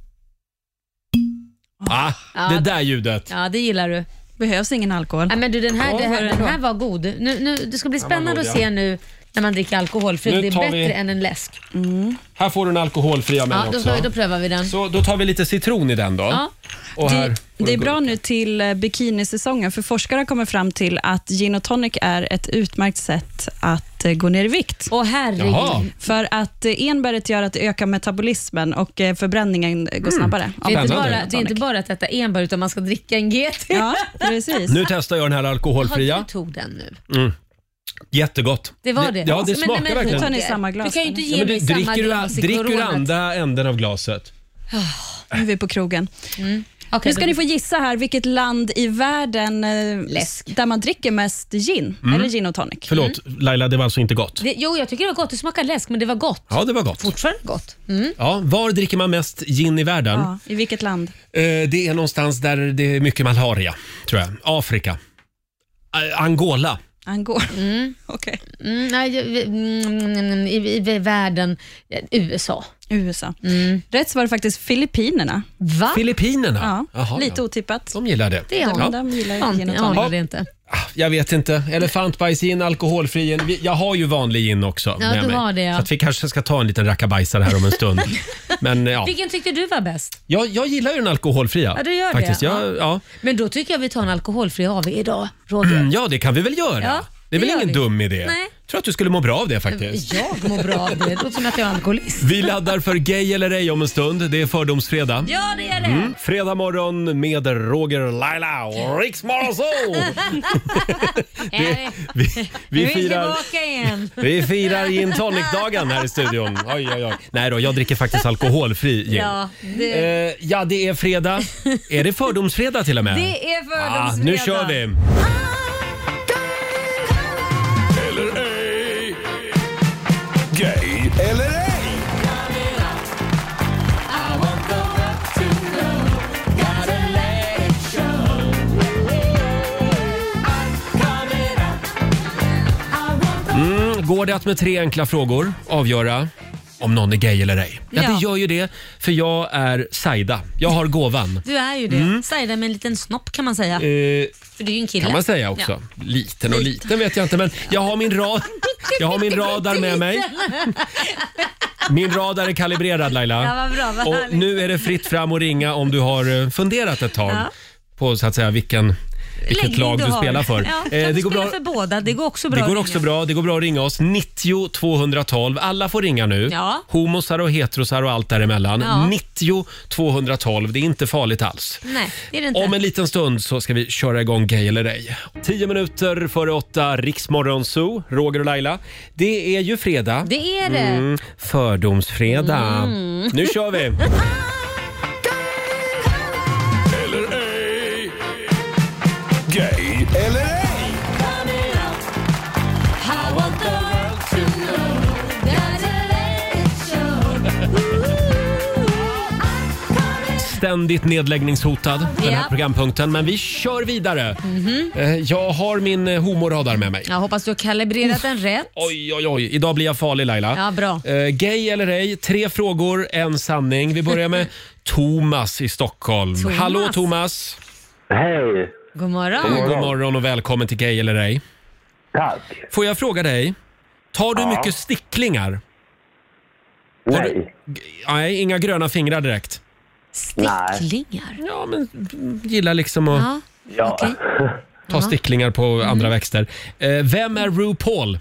Ah, Ja. det där ljudet. Ja, det gillar du. Behövs ingen alkohol. Nej, men du, den här, Ja, det här, vad är det den då? här var god. Nu, nu, det ska bli Den var spännande god, att ja. se nu när man dricker alkoholfritt. Nu Det är tar bättre vi- än en läsk. Här får du en alkoholfria med Ja, då, också. ska vi- då prövar vi den. Så då tar vi lite citron i den då. Ja. Och här Det, får det är du bra gurka. nu till eh, bikinisäsongen, för forskare har kommit fram till att gin och tonic är ett utmärkt sätt att eh, gå ner i vikt. Åh herregud. Jaha. För att eh, enbäret gör att det ökar metabolismen och eh, förbränningen går snabbare. av Det är, inte Spännande. bara, det är inte bara att äta enbär utan man ska dricka en G T. Ja, precis. Nu testar jag den här Jaha, alkoholfria. du tog den nu. Mm. Jättegott. Det var det. Ja, det Men- smakar men- men- verkligen. Nu tar ni samma glas. Du kan ju inte Ja, ge men mig du, samma dricker, du, glas i dricker du coronet. andra änden av glaset? Nu är vi på krogen. Mm. Okej, Nu ska då- ni få gissa här vilket land i världen eh, Läsk. där man dricker mest gin, Mm. eller gin och tonic. Förlåt, Laila, det var alltså inte gott? Det, jo, jag tycker det var gott. Det smakar läsk, men det var gott. Ja, det var gott. Fortfarande gott. Mm. Ja, var dricker man mest gin i världen? Ja, I vilket land? Eh, det är någonstans där det är mycket malaria, tror jag. Afrika. Eh, Angola. Angora. Mm. Okej. Mm, nej, mm, i, i, i världen, U S A. U S A. Mm. Rätt så var det faktiskt Filippinerna. Va? Filippinerna? Ja, Jaha, lite ja. otippat. De gillar det. Det är De, hon. de gillar Ja, gin och jag tonic. anar det inte. Jag vet inte. Elefantbajs gin, alkoholfri gin. Vi- Jag har ju vanlig gin också Ja, med du mig. har det, ja. Så att vi kanske ska ta en liten rackabajsare här om en stund. Men ja, Vilken tyckte du var bäst? jag, jag gillar ju den alkoholfria. Ja, du gör faktiskt. det. Jag, ja. Men då tycker jag vi tar en alkoholfri A V idag, Roger. Mm, ja, det kan vi väl göra. Ja, det är det väl gör ingen vi. dum idé. Nej. Jag tror att du skulle må bra av det faktiskt. Jag mår bra av det. Det låter som att jag är alkoholist. Vi laddar för Gay eller ej om en stund. Det är fördomsfredag. Ja, det är det. Mm. Fredag morgon med Roger, Laila och Riks Morgonzoo. Det- vi, vi, Nu är firar, tillbaka igen. vi firar gin tonic-dagen här i studion. Oj, oj, oj. Nej då, jag dricker faktiskt alkoholfri gin. Ja, det, Eh, ja, det är fredag. Är det fördomsfredag till och med? det är Ah, fördomsfredag. nu kör vi. Eller ej. Gay eller ej. Mm, går det att med tre enkla frågor avgöra om någon är gay eller ej? Ja, Ja. det gör ju det. För jag är Saida. Jag har gåvan. Du är ju det. Mm. Saida med en liten snopp kan man säga. Eh, För du är ju en kille. kan man säga också. Ja. Liten och liten vet jag inte, men jag har min, rad, jag har min radar med mig. Min radar är kalibrerad, Laila. Ja, vad bra, vad och härligt. nu är det fritt fram och ringa om du har eh, funderat ett tag Ja. på så att säga vilken, vilket Läggning lag du har. spelar för. Ja, Eh, kan det du går spela bra. för båda. Det går också bra. Det går att också ringa. bra. Det går bra att ringa oss. nittio tvåhundratolv. Alla får ringa nu. Ja. Homosar och heterosar och allt däremellan. Ja. nittio tvåhundratolv. Det är inte farligt alls. Nej, det är det inte. Om en liten stund så ska vi köra igång Gay eller ej. Tio minuter före åtta, Riksmorgonzoo, Roger och Laila. Det är ju fredag. Det är det. Mm, fördomsfredag. Mm. Nu kör vi! Eller ej. Gay eller ej. Ständigt nedläggningshotad, den här Ja. programpunkten. Men vi kör vidare. Mhm. Eh, Jag har min eh, homoradar med mig. Jag hoppas du har kalibrerat den rätt. Oj, oj, oj. Idag blir jag farlig, Laila. Ja, bra. Eh, gay eller ej? Tre frågor, en sanning. Vi börjar med Thomas i Stockholm. Thomas. Hallå, Thomas. Hej. God morgon. God morgon och välkommen till Gay eller ej. Tack. Får jag fråga dig, tar du Ja. mycket sticklingar? Nej. Du, g- nej, inga gröna fingrar direkt. Sticklingar? Ja, men gillar liksom att Ja. Ja. Okej. ta sticklingar på Mm. andra växter. Eh, vem är RuPaul?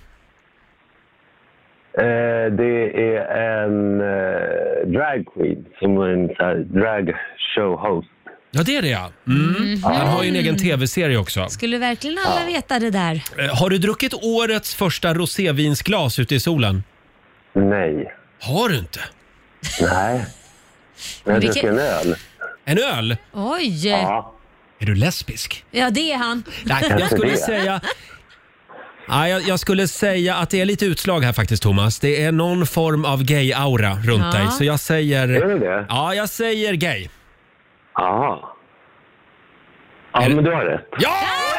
Eh, det är en eh, drag queen som är en så här, drag show host. Ja, det är det ja. Mm. Han har ju en egen tv-serie också. Skulle verkligen alla veta det där? Eh, har du druckit årets första rosévinsglas ute i solen? Nej. Har du inte? Nej. Men jag Vilken- dricker en öl. En öl? Oj! Ja. Är du lesbisk? Ja, det är han. Nej, jag skulle säga... Ja, jag, jag skulle säga att det är lite utslag här faktiskt, Thomas. Det är någon form av gay-aura runt Ja. dig. Så jag säger... Är det det? Ja, jag säger gay. Ja. Ja, men du har rätt. Ja!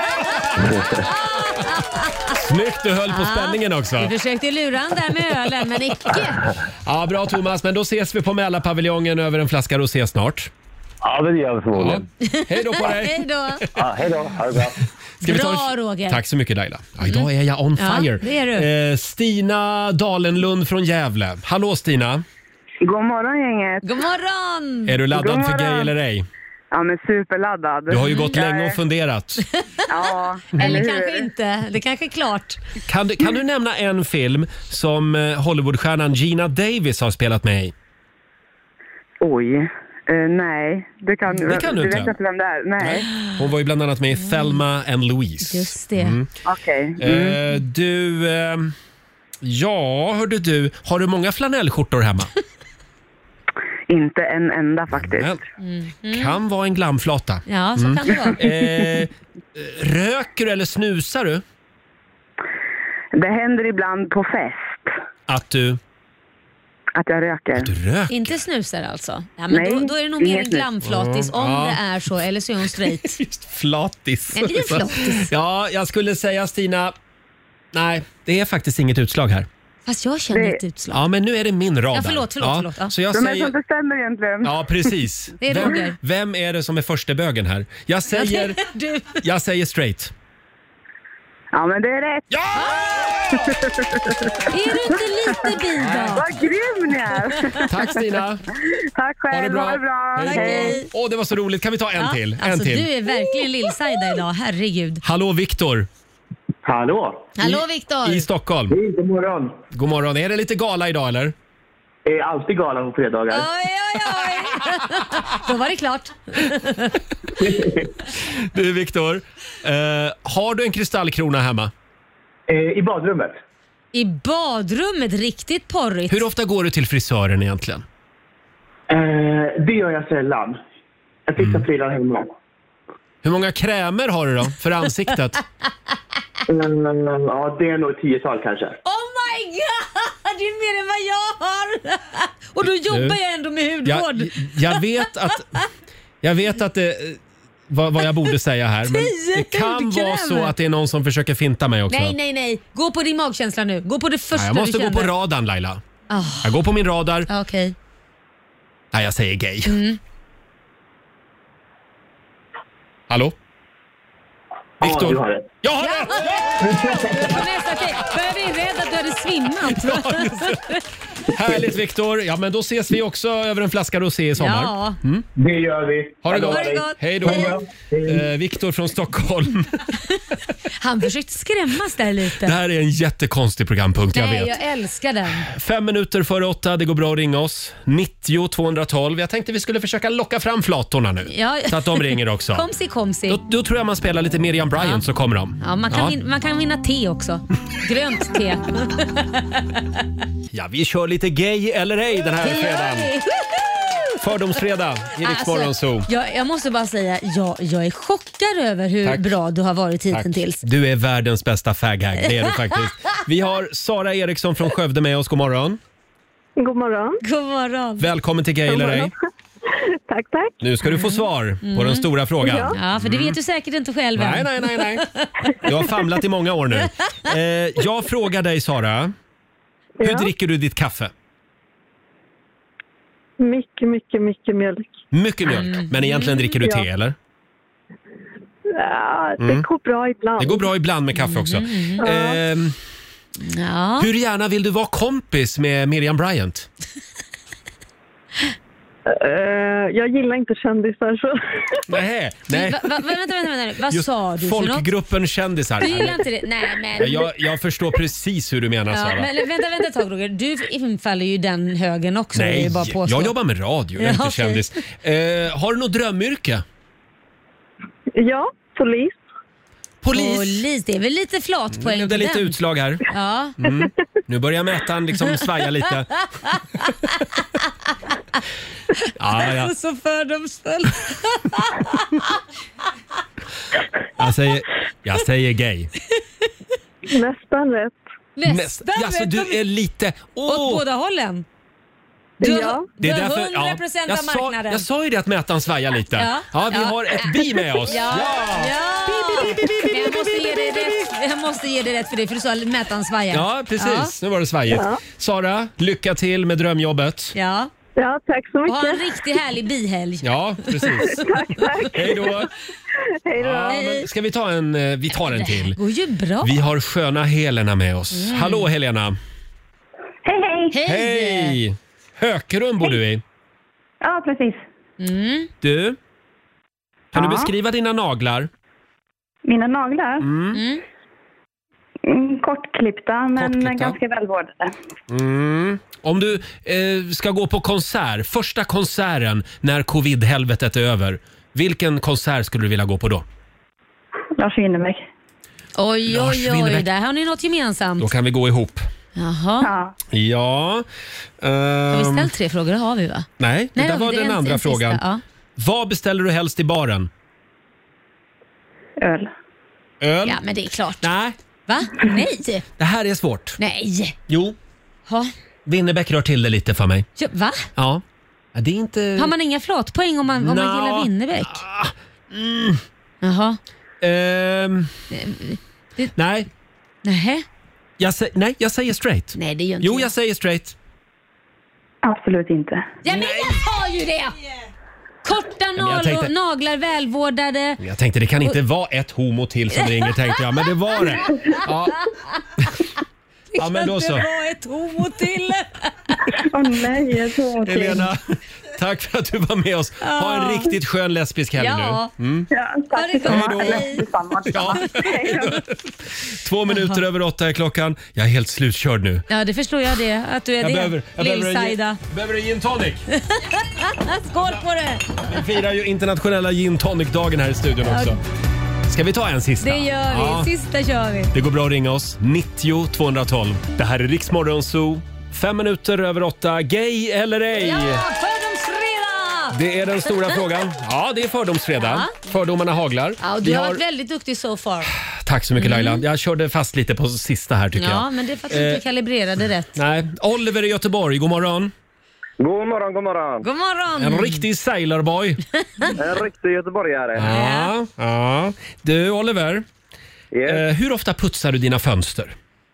Snyggt, du höll på spänningen också. Du försökte lura han där med ölen, men icke. Ja, bra Thomas, men då ses vi på Mälarpaviljongen över en flaska rosé snart. Ja, det gör vi förmodligen. Hej då på dig! Hej då. Ja, hej då. Ha det bra. Ska vi ta en- Bra, Roger. Tack så mycket Laila. Ja, idag är jag on Ja, fire. det är du. Eh, Stina Dalenlund från Gävle. Hallå Stina. God morgon gänget. God morgon! Är du laddad God för morgon. gay eller ej? Ja men superladdad. Du har ju gått Jag länge är- och funderat. Ja, Eller hur? kanske inte. Det kanske är klart. Kan du, kan du nämna en film som eh, Hollywoodstjärnan Gina Davis har spelat med i? Oj. Eh, nej, det kan, Det kan du du inte. vet inte vem det är. Nej. Hon var ju bland annat med i Thelma and Louise. Just det. Mm. Okej. Mm. Eh, du... Eh, ja, hörde du. Har du många flanellskjortor hemma? Inte en enda faktiskt. Men, kan vara en glamflata. Ja, så kan det vara. Eh, röker du eller snusar du? Det händer ibland på fest Att du... att jag röker. Du röker? Inte snusar alltså? Ja, men Nej, då, då är det nog mer inget en snus. glamflatis om Ja. det är så, eller så är hon straight. Flatis. En liten flatis. Ja, jag skulle säga Stina, Nej, det är faktiskt inget utslag här. Fast jag känner ett utslag. Ja, men nu är det min radar. Ja, förlåt, förlåt, Ja, förlåt. Ja. Så jag De är säger... som bestämmer egentligen. Ja, precis. Det är vem, Roger. vem är det som är första bögen här? Jag säger, Du. jag säger straight. Ja, men det är rätt. Ja! Är du inte lite bi då? Vad grym ni är. Tack Stina. Tack själv. Ha det bra. Ha det bra. Hej. Hej. Åh, det var så roligt. Kan vi ta en Ja, till? En alltså, till. du är verkligen Lill-Saida idag, herregud. Hallå Viktor Hallå! Hallå Viktor! i Stockholm. God morgon. God morgon. Är det lite gala idag eller? Det är alltid gala på fredagar. Oj, oj, oj. Då var det klart. Du Viktor, eh, har du en kristallkrona hemma? Eh, I badrummet. I badrummet, riktigt porrigt. Hur ofta går du till frisören egentligen? Eh, det gör jag sällan. Jag fixar Mm. prylar hemma. Hur många krämer har du då för ansiktet? Mm, ja, det är nog ett tiotal kanske. Oh my god! Det är mer än vad jag har. Och då jobbar Du, jag ändå med Jag, hudvård. jag vet att jag vet att det vad, vad jag borde säga här, men Tio det kan hudkrämer. vara så att det är någon som försöker finta mig också. Nej, nej, nej. Gå på din magkänsla nu. Gå på det första Nej, jag måste du gå på känner. radarn Laila. Ah. Jag går på min radar. Ja, okej. Nej, jag säger gay. Mm. Hallå? Viktor? du har rätt. Jag har rätt! Det var nästan okej. Började bli rädd att du hade svimmat. Härligt Viktor. Ja, men då ses vi också över en flaska rosé i sommar. Ja. Mm. Det gör vi. Ha det gott. Ha det gott. Hej då. Eh, Viktor från Stockholm. Han försökte skrämmas där lite. Det här är en jättekonstig programpunkt, jag Nej, vet. jag älskar den. Fem minuter före åtta, det går bra att ringa oss. nittio tvåhundratolv. Jag tänkte vi skulle försöka locka fram flatorna nu. Ja. Så att de ringer också. Komsi, komsi. Då, då tror jag man spelar lite Miriam Bryant så kommer de. Ja, man, kan Ja. Vin- man kan vinna te också. Grönt te. Ja, vi kör lite gay eller ej den här fredagen. Fördomsfredag i Rix Morgon Zoo. Alltså, jag, jag måste bara säga, jag, jag är chockad över hur Tack. bra du har varit Tack. hittills. Du är världens bästa faghag, det är du faktiskt. Vi har Sara Eriksson från Skövde med oss, god morgon. God morgon. God morgon. Välkommen till Gay eller ej. Tack, tack. Nu ska du få svar på den stora frågan. Ja, för det vet Mm. du säkert inte själv än. Nej, nej, nej, nej. Du har famlat i många år nu. Eh, jag frågar dig Sara, hur Ja. dricker du ditt kaffe? Mycket, mycket, mycket mjölk. Mycket mjölk, men egentligen dricker du te Ja. eller? Ja, det Mm. går bra ibland. Det går bra ibland med kaffe också. Ja. Ehm, Ja. hur gärna vill du vara kompis med Miriam Bryant? Eh, jag gillar inte kändisar så... Nej, nej. Va, va, vänta, vänta, vänta. Vad Just sa du för något? folkgruppen kändisar. Du gillar inte det? Nej, men... Jag, jag förstår precis hur du menar Ja, Sara. men vänta, vänta ett tag Roger. Du infaller ju den högen också. det är Nej, ju bara påstå. jag jobbar med radio, jag är Ja, inte okej. kändis. Eh, har du något drömyrke? Ja, polis. Polis. Polis, det är väl lite flat Nu poäng blev det på lite den. utslag här. Ja. Mm. Nu börjar mätaren liksom svaja lite. Ja, ja. Så fördomsfull. Jag, säger, jag säger gay. Nästan rätt. Nästan Näst- alltså, rätt. du är lite... Åt Åh! båda hållen. Du, Ja. du har därför- hundra procent jag av sa, marknaden. jag sa ju det att mätaren svajar lite. Ja. Ja, vi Ja. har ett bi med oss. Ja. Ja. Men jag måste ge dig rätt. Jag måste ge dig rätt för det, för du sa att mätaren svajar. Ja, precis. Nu var det svajigt. Ja. Sara, lycka till med drömjobbet. Ja. Ja, tack så Och ha en mycket. riktigt härlig bihelg. Ja, precis. Tack, tack. Hej då. Hej då. Ja, men ska vi ta en, eh, vi tar en till. Det går ju bra. Vi har sköna Helena med oss. Mm. Hallå Helena. Hej, hej. Hej! Hej! Hökerum bor du i. Ja, precis. Mm. Du, kan du Ja. beskriva dina naglar? Mina naglar? Mm. Mm. Mm, kortklippta, men Kortklippta. ganska välvårdade. Mm. Om du eh, ska gå på konsert, första konserten när covid-helvetet är över, vilken konsert skulle du vilja gå på då? Lars Winnerbäck. Oj, Lars oj, oj. Winnerbäck. Där har ni något gemensamt. Då kan vi gå ihop. Jaha. Ja. Ja. Har vi ehm, ställt tre frågor? Det har vi va? nej, det Nej, där då, var det är den en- andra en sista, frågan. ja. Vad beställer du helst i baren? Öl. Öl? Ja, men det är klart. Nej, Va? Nej. det här är svårt. Nej. Jo, Ha. Winnerbäck rör till det lite för mig. Ja, va? Ja. Ja, det är inte... Har man inga flatpoäng om man, om man Nå. gillar Winnerbäck? Mm. Jaha. Ehm, Det- nej, Nähä. Jag sä- nej, jag säger straight. Nej, det gör inte Jo, jag. jag säger straight. Absolut inte. Ja, men jag sa ju det! Korta men jag nal- tänkte- naglar, välvårdade. Jag tänkte det kan inte vara ett homo till som ringer, tänkte jag. Men det var det. Ja, ja men då så. Det var ett homo till. Åh oh, nej, jag tror till. Helena, tack för att du var med oss. Ha en riktigt skön lesbisk helg Ja. nu. Mm. Ja, tack detsamma. Hej. Detsamma. Ja. Två minuter över åtta är klockan. Jag är helt slutkörd nu. Ja, det förstår jag det. Att du är Jag det. behöver, jag behöver, en, Lill-Saida. gin- behöver en gin tonic. Skål på det! Vi firar ju internationella gin tonic-dagen här i studion också. Ska vi ta en sista? Det gör vi. Ja. Sista kör vi. Det går bra att ringa oss. nittio tvåhundratolv. Det här är Rix Morgon Zoo. Fem minuter över åtta. Gay eller ej? Ja, fördomsfredag! Det är den stora frågan. Ja, det är fördomsfredag. Fördomarna haglar. Ja, och du Vi har har... varit väldigt duktig so far. Tack så mycket Laila. Jag körde fast lite på sista här tycker Ja, jag. men det är för att du inte Eh, kalibrerade rätt. Nej, Oliver i Göteborg. God morgon. God morgon, god morgon. God morgon! En riktig sailorboy. En riktig göteborgare. Ja, ja. Du Oliver, eh, hur ofta putsar du dina fönster?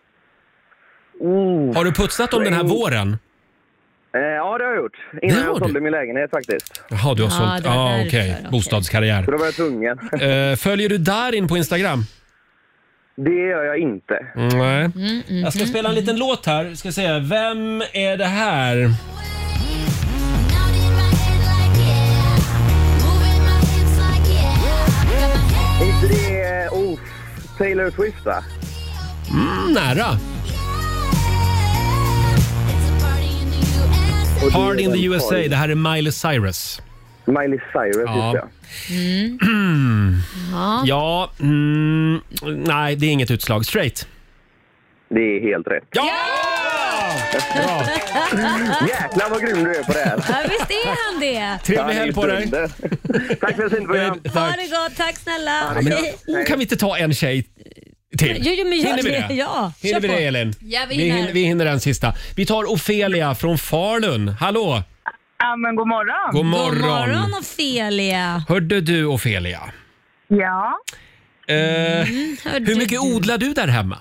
Oh. Har du putsat dem den här våren? Eh, ja, det har jag gjort. Innan Det har jag sålde du. min lägenhet faktiskt. Jaha, du har Ja, sålt. det är Ja, därför, okej. okej. Bostadskarriär. Så då var jag tvungen. Eh, följer du Darin på Instagram? Det gör jag inte. Nej. Mm, mm, Jag ska spela en liten låt här. Ska se. Vem är det här? Inte det... Oh, Taylor Swift, va? Mm, nära. Och Hard det är in the den U S A. Paul- Det här är Miley Cyrus. Miley Cyrus, Ja. just det. Mm. Ja. Ja, mm, nej det är inget utslag. Straight. Det är helt rätt. Ja! Bra. Jäklar vad grym du är på det här. Ja, visst är han det. Trevlig helg på dig. Tack för ett fint program. Ha det gott, tack snälla. Ja, men, oh, kan vi inte ta en tjej till? Jo, jo, men gör hinner vi det. det? Ja, hinner kör vi på. det Elin? Ja, vi vi, hinner. hinner, vi hinner den sista. Vi tar Ofelia från Falun. Hallå! Ja, men god morgon. God morgon. God morgon Ofelia. Hörde du Ofelia? Ja. Eh, Mm, hörde hur mycket du? odlar du där hemma?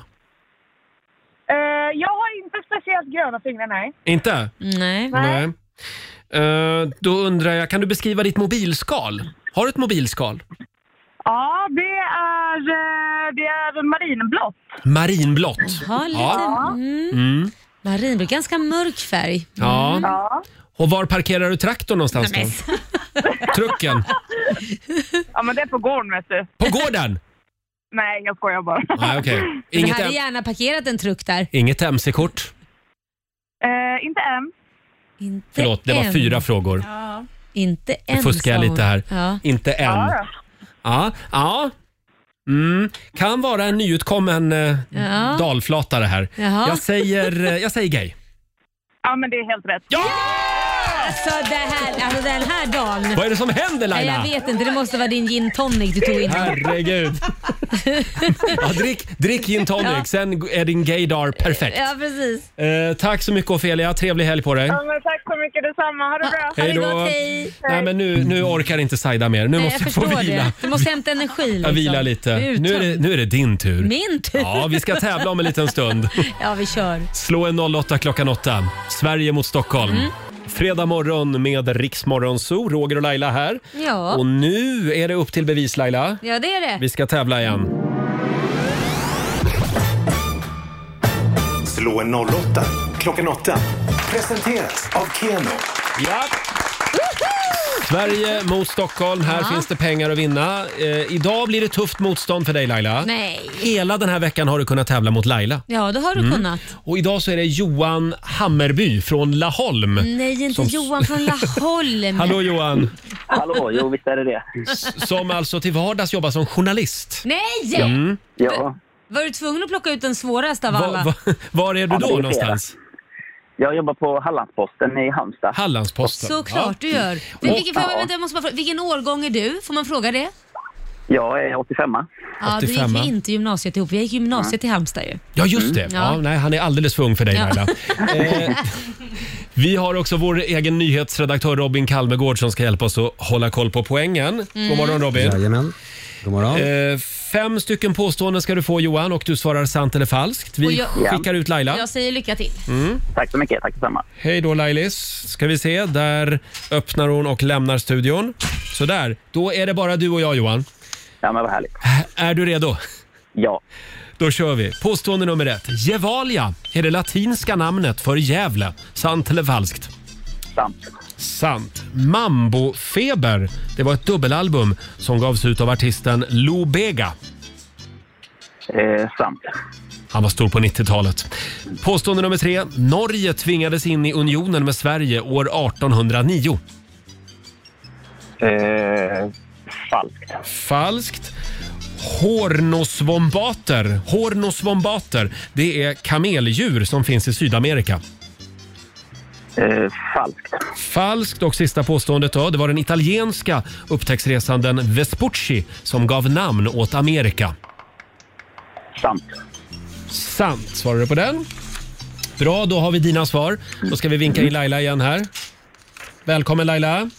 Eh, jag har inte speciellt gröna fingrar, nej. Inte? Nej. Nej. Eh, då undrar jag, kan du beskriva ditt mobilskal? Har du ett mobilskal? Ja, det är, eh, det är marinblått. Marinblått. Ja, lite. Ja. Mm. Mm. Marinblå, ganska mörk färg. Ja. Mm. Ja. Och var parkerar du traktorn någonstans då? Trucken? Ja, men det är på gården, vet du. På gården? Nej, jag skojar bara. Nej, okej. Men jag Inget, hade M- gärna parkerat en truck där. inget M C-kort? Eh, inte än. Inte Förlåt, det var än. fyra frågor. Ja. Inte Nu än. fuskar jag sa hon. lite här. Ja. Inte än. Ja, Ja, ja. Mm. Kan vara en nyutkommen eh, Ja. dalflatare här. Jaha. Jag säger, eh, jag säger gay. Ja, men det är helt rätt. Ja! Alltså, det här, alltså den här dagen. Vad är det som händer Nej, Laila? jag vet inte, det måste vara din gin tonic du tog in. Herregud. Ja, drick, drick gin tonic, Ja. sen är din gaydar perfekt. Ja, precis. Eh, tack så mycket Ofelia, trevlig helg på dig. Ja, men tack så mycket detsamma. Ha det bra. Hej då. Nej, men nu, nu orkar inte Saida mer. Nu Nej, måste jag jag få förstår vila. det. Du måste hämta energi. Liksom. Jag vilar lite. Uttömd. Nu är, det, nu är det din tur. Min tur? Ja, vi ska tävla om en liten stund. Ja, vi kör. Slå en noll åtta klockan åtta. Sverige mot Stockholm. Mm. Fredag morgon med Riksmorgon Zoo. Roger och Laila här. Ja. Och nu är det upp till bevis Laila. Ja, det är det. Vi ska tävla igen. Slå en noll åtta klockan åtta. Presenteras av Keno. Ja. Sverige mot Stockholm. Här Ja. finns det pengar att vinna. Eh, idag blir det tufft motstånd för dig Laila. Nej. Hela den här veckan har du kunnat tävla mot Laila. Ja, det har du Mm. kunnat. Och idag så är det Johan Hammerby från Laholm. Nej, inte Som- Johan från Laholm. Hallå Johan. Hallå, jo visst är det det. S- Som alltså till vardags jobbar som journalist. Nej! Mm. Ja. Var du tvungen att plocka ut den svåraste av Va, alla? va, var är du Ja, men då det är någonstans? Jag jobbar på Hallandsposten i Halmstad. Hallandsposten. Såklart du gör. Men vilken, får jag, vänta, jag måste bara fråga, vilken årgång är du? Får man fråga det? Jag är åttiofem. Ja, du gick åttiofem. ju inte gymnasiet ihop. Jag gick gymnasiet i Halmstad ju. Ja, just det. Mm. Ja. Ja. nej, han är alldeles för ung för dig Ja. Laila. Eh, vi har också vår egen nyhetsredaktör Robin Kalmegård som ska hjälpa oss att hålla koll på poängen. Mm. God morgon Robin. Jajamän. God morgon. Eh, Fem stycken påståenden ska du få, Johan, och du svarar sant eller falskt. Vi jag, skickar ut Laila. Jag säger lycka till. Mm. Tack så mycket, tack detsamma. Hej då Lailis. Ska vi se, där öppnar hon och lämnar studion. Så där, då är det bara du och jag, Johan. Ja, men vad härligt. Är du redo? Ja. Då kör vi. Påstående nummer ett. Gevalia är det latinska namnet för Gävle. Sant eller falskt? Sant. Sant. Mambo-feber, det var ett dubbelalbum som gavs ut av artisten Lou Bega. Eh, sant. Han var stor på nittiotalet. Påstående nummer tre. Norge tvingades in i unionen med Sverige år arton hundra nio. Eh, falskt. Falskt. Hornosvombater. Hornosvombater, det är kameldjur som finns i Sydamerika. Eh, falskt. Falskt. Och sista påståendet då. Det var den italienska upptäcktsresanden Vespucci som gav namn åt Amerika. Sant. Sant. Svarar du på den? Bra, då har vi dina svar. Då ska vi vinka in Laila igen här. Välkommen Laila.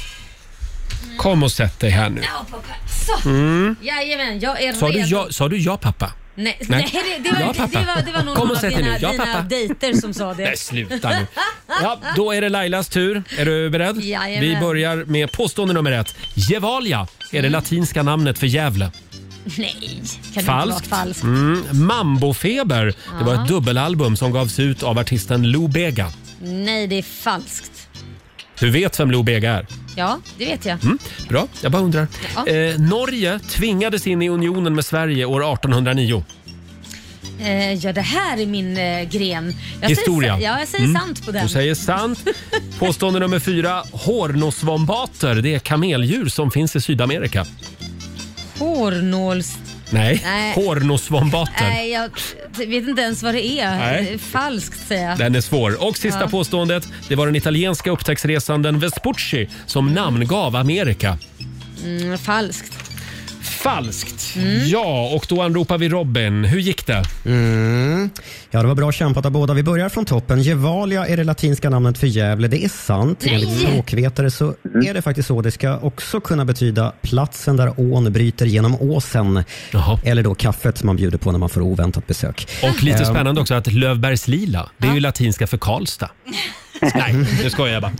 Kom och sätt dig här nu. Ja, pappa. Så. Mm. Jajamän, jag är Sa du, redo. ja, sa du ja pappa? Nej, Nej. nej det, det, var, Ja, inte, pappa. det, var, det var nog Kom någon och av sätt dig dina, nu. Ja, dina pappa. dejter som sa det. Nej, sluta nu. Ja, då är det Lailas tur. Är du beredd? Jajamän. Vi börjar med påstående nummer ett. Gevalia är det latinska namnet för Gävle. Nej, kan Falskt. det inte vara falskt? Mm. Mambo-feber, det var Ja. ett dubbelalbum som gavs ut av artisten Lou Bega. Nej, det är falskt. Du vet vem Lou Bega är? Ja, det vet jag. Mm. Bra, jag bara undrar. Ja. Eh, Norge tvingades in i unionen med Sverige år arton hundra nio. Eh, ja, det här är min eh, gren. Jag Historia. Säger, ja, jag säger Mm. sant på den. Du säger sant. Påstående nummer fyra. Hornosvombater, det är kameldjur som finns i Sydamerika. Hårnåls... Nej, Nej. hornosvombater. Nej, jag vet inte ens vad det är. Nej. Falskt säger jag. Den är svår. Och sista Ja. påståendet. Det var den italienska upptäcktsresanden Vespucci som namngav Amerika. Mm, falskt. Falskt. Ja, och då anropar vi Robin. Hur gick det? Mm. Ja, det var bra kämpat av båda. Vi börjar från toppen. Gevalia är det latinska namnet för Gävle. Det är sant. Nej. Enligt språkvetare så är det faktiskt så. Det ska också kunna betyda platsen där ån bryter genom åsen. Jaha. Eller då kaffet som man bjuder på när man får oväntat besök. Och lite Ehm, spännande också att Lövbergs lila, det är ju latinska för Karlstad. Nej, nu skojar jag bara.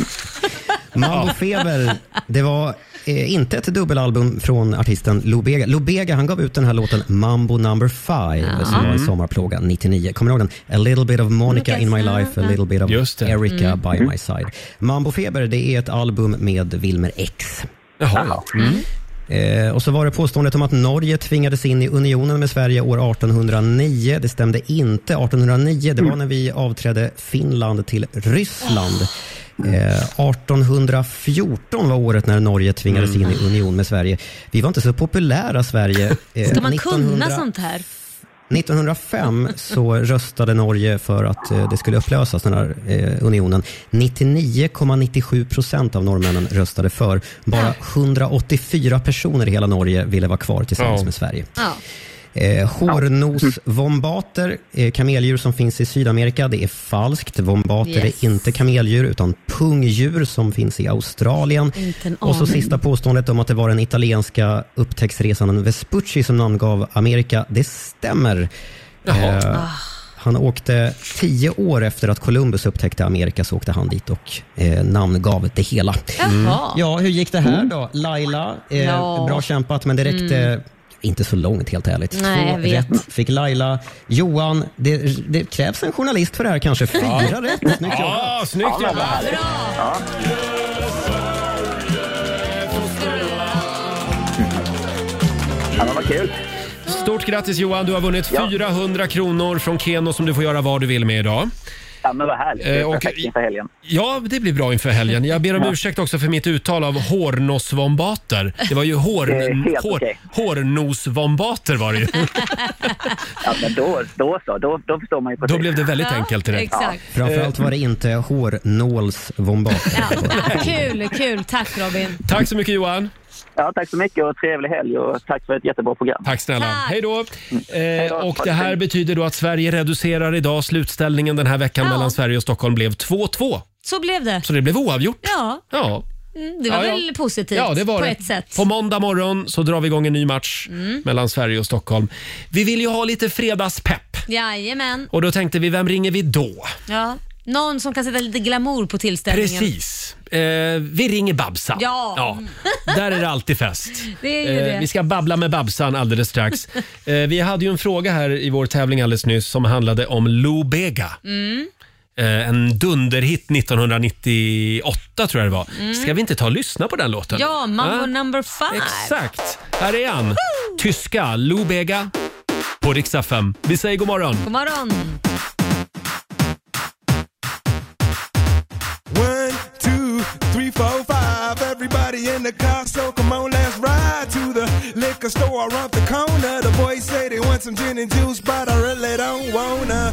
Mambo-feber, det var eh, inte ett dubbelalbum från artisten Lou Bega. Lou Bega, han gav ut den här låten Mambo number five Ja. som var en sommarplåga nittionio. Kommer du ihåg den? A little bit of Monica in my life, a little bit of Just det. Erica Mm. by my side. Mambo-feber, det är ett album med Wilmer X. Jaha. Mm. Eh, och så var det påståendet om att Norge tvingades in i unionen med Sverige år arton hundra nio. Det stämde inte. arton hundra nio, det var när vi avträdde Finland till Ryssland. Eh, arton fjorton var året när Norge tvingades in i union med Sverige. Vi var inte så populära, Sverige. Eh, Ska man nittonhundra kunna sånt här? nittonhundrafem så röstade Norge för att eh, det skulle upplösas, den här eh, unionen. nittionio komma nittiosju procent av norrmännen röstade för. Bara hundraåttiofyra personer i hela Norge ville vara kvar tillsammans Ja. med Sverige. Ja. Eh, Hornosvombater, eh, kameldjur som finns i Sydamerika, det är falskt. Vombater Yes. är inte kameldjur utan pungdjur som finns i Australien. Inte en Och så aning. sista påståendet om att det var den italienska upptäcktsresanden Vespucci som namngav Amerika, det stämmer. Jaha. Eh, han åkte tio år efter att Columbus upptäckte Amerika, så åkte han dit och eh, namngav det hela. Jaha. Ja, hur gick det här då? Laila, eh, Ja. bra kämpat, men det räckte Mm. inte så långt helt ärligt. Nej, jag Två vet. rätt fick Laila. Johan, det, det krävs en journalist för det här kanske. Fyra Ja. rätt. Snyggt jobbat. Ja, snyggt jobbat. Ja. Ja, men vad kul. Stort grattis Johan, du har vunnit Ja. fyrahundra kronor från Keno som du får göra vad du vill med idag. Ja, men vad härligt. Det är Eh, och- perfekt inför helgen. Ja, det blir bra inför helgen. Jag ber om Ja. ursäkt också för mitt uttal av hornosvombater. Det var ju hår, Det är helt hår, okej. hornosvombater var det ju. Ja, men då, då så. Då, då förstår man ju på Då blev det väldigt enkelt direkt. Exakt. Framförallt var det inte hårnålsvombater. Ja. Kul, kul. Tack Robin. Tack så mycket Johan. Ja, tack så mycket och trevlig helg och tack för ett jättebra program. Tack snälla. Tack. Hej då. Hej då. Eh, och det här betyder då att Sverige reducerar idag. Slutställningen den här veckan Ja. mellan Sverige och Stockholm blev två två. Så blev det. Så det blev oavgjort. Ja, Ja. Mm, det var Ja, ja. väl positivt Ja, det var på det. ett sätt. På måndag morgon så drar vi igång en ny match Mm. mellan Sverige och Stockholm. Vi vill ju ha lite fredagspepp. Jajamän. Och då tänkte vi, vem ringer vi då? Ja. Någon som kan sätta lite glamour på tillställningen. Precis. Eh, vi ringer Babsan. Ja. Där är det alltid fest. Det är ju det. Vi ska babbla med Babsan alldeles strax. Eh, vi hade ju en fråga här i vår tävling alldeles nyss som handlade om Lou Bega. Mm. Eh, en dunderhit nittonhundranittioåtta tror jag det var. Mm. Ska vi inte ta och lyssna på den låten? Ja, Mambo Ah, number five. Exakt. Här är han. Tyska Lou Bega på Rix F M. Vi säger god morgon. God morgon. One, two, three, four, five. Everybody in the car, so come on, let's ride to the liquor store around the corner. The boys say they want some gin and juice, but I really don't wanna.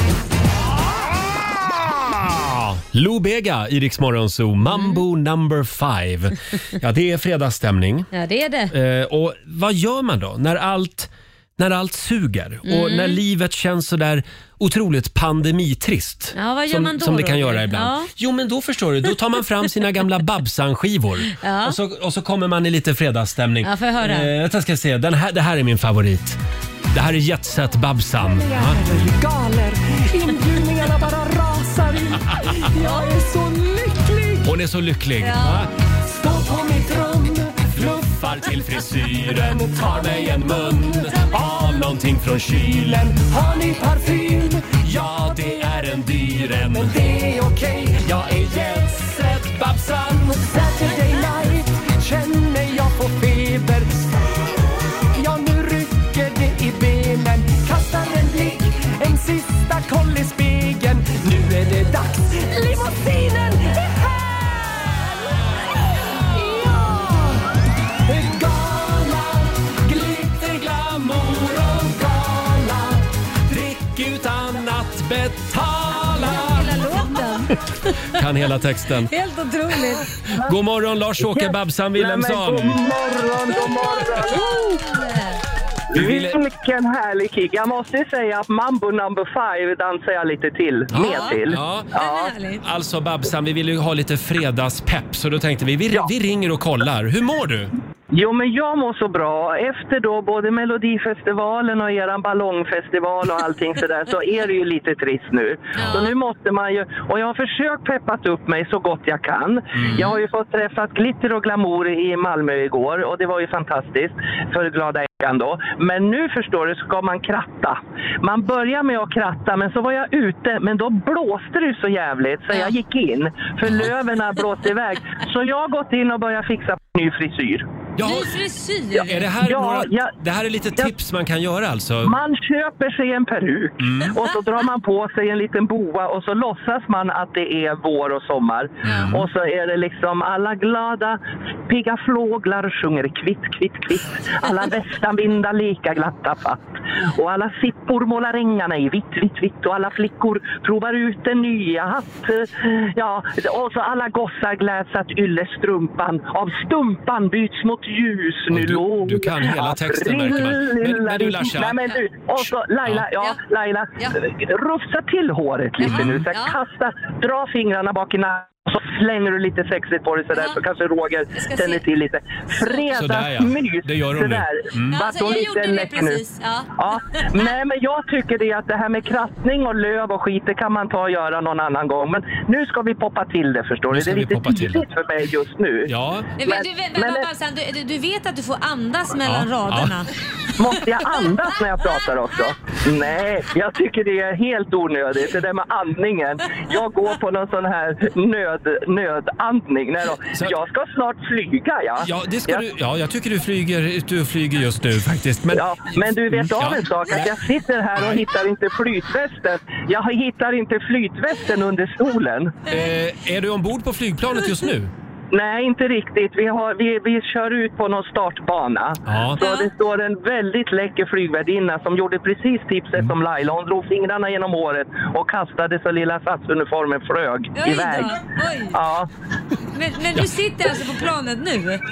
Lou Bega i Rix Morgon Zoo, Mambo number five. Ja, det är fredagsstämning. Ja, det är det. Eh, och vad gör man då när allt, när allt suger och Mm. när livet känns så där otroligt pandemitrist? Ja, vad gör som, man då, som det kan Roger? göra ibland. Ja. Jo, men då förstår du, då tar man fram sina gamla Babsan-skivor Ja. och, så, och så kommer man i lite fredagsstämning. Ja, får jag höra? Eh, jag ska se, den här, det här är min favorit. Det här är Jet Set Babsan. Ja. Galer, inbjudningarna bara rasar in. Jag är så lycklig. Hon är så lycklig. Ja. Va? Står på mitt rum, Fluffar till frisyren, tar mig en mun av någonting från kylen. har ni parfym? Ja, det är en dyr en. Men det är okej. Jag är Jet Set Babsan. Saturday night känner jag på feber. Ja, nu rycker det i benen. Kastar en blick, en sista koll i spegeln. Nu är det dags, limousinen är här! Ja! Gala, glitter, glamour och gala. Drick utan att betala. Hela låten. Kan hela texten. Helt otroligt. God morgon Lars-Åke Babsan Wilhelmsson. Nej, men god morgon, god morgon! Vi ville- Vilken härlig kick. Jag måste säga att Mambo number five dansar jag lite till. Mer till. Ja. Ja. Alltså Babsan, vi vill ju ha lite fredagspepp så då tänkte vi, vi, vi ringer och kollar. Hur mår du? Jo, men jag mår så bra. Efter då både Melodifestivalen och eran ballongfestival och allting sådär så är det ju lite trist nu. Så nu måste man ju, och jag har försökt peppat upp mig så gott jag kan. Jag har ju fått träffat Glitter och Glamour i Malmö igår och det var ju fantastiskt för glada ägaren då. Men nu förstår du ska man kratta. Man börjar med att kratta men så var jag ute men då blåste det så jävligt så jag gick in för löven blåste iväg. Så jag har gått in och börjat fixa ny frisyr. Ja. Ny frisyr. Är det här, Ja, några, ja. det här är lite tips man kan göra alltså? Man köper sig en peruk Mm. och så drar man på sig en liten boa och så låtsas man att det är vår och sommar. Mm. Och så är det liksom alla glada pigga fåglar sjunger kvitt, kvitt, kvitt. Alla västanvindar lika glatta fatt. Och alla sippor målar ängarna i vitt, vitt, vitt. Och alla flickor provar ut en nya hatt. Ja, och så alla gossar gläds att yllestrumpan av stumpan byts mot ljus. Nu du- låg du kan hela texten, märker man. Men- men du, Larsa. Nej, men du, och så Laila, ja, Laila, rufsa till håret lite nu. Så kasta, dra fingrarna bak i nacken. Och så slänger du lite sexigt på det sådär så kanske Roger tänder till lite. Fredagsmys. Det gör hon nu. sådär. Mm. Vart Alltså, hon jag lite gjorde det läcker nu. precis. Ja. Ja, nej men jag tycker det att det här med krattning och löv och skit det kan man ta och göra någon annan gång. Men nu ska vi poppa till det förstår Nu du. ska Det är vi lite poppa till tidigt för mig just nu. Ja. Du, du, du, men- Babsan, du, du, du vet att du får andas mellan Ja, raderna. Måste jag andas när jag pratar också? Nej, jag tycker det är helt onödigt. Det där med andningen. Jag går på någon sån här nöd, nödandning. Nej då. Jag ska snart flyga, ja. Ja, det ska jag, du, ja, jag tycker du flyger, du flyger just nu faktiskt. Men, ja, men du vet av Ja. en sak, att jag sitter här och hittar inte flytvästen. Jag hittar inte flytvästen under stolen. Eh, är du ombord på flygplanet just nu? Nej, inte riktigt. Vi, har, vi, vi kör ut på någon startbana. Ja. Så det står en väldigt läcker flygvärdinna som gjorde precis tipset som Laila. Hon drog fingrarna genom håret och kastade så lilla satsuniformen flög Oj då, iväg. oj. Ja. Men, men du sitter alltså på planet nu?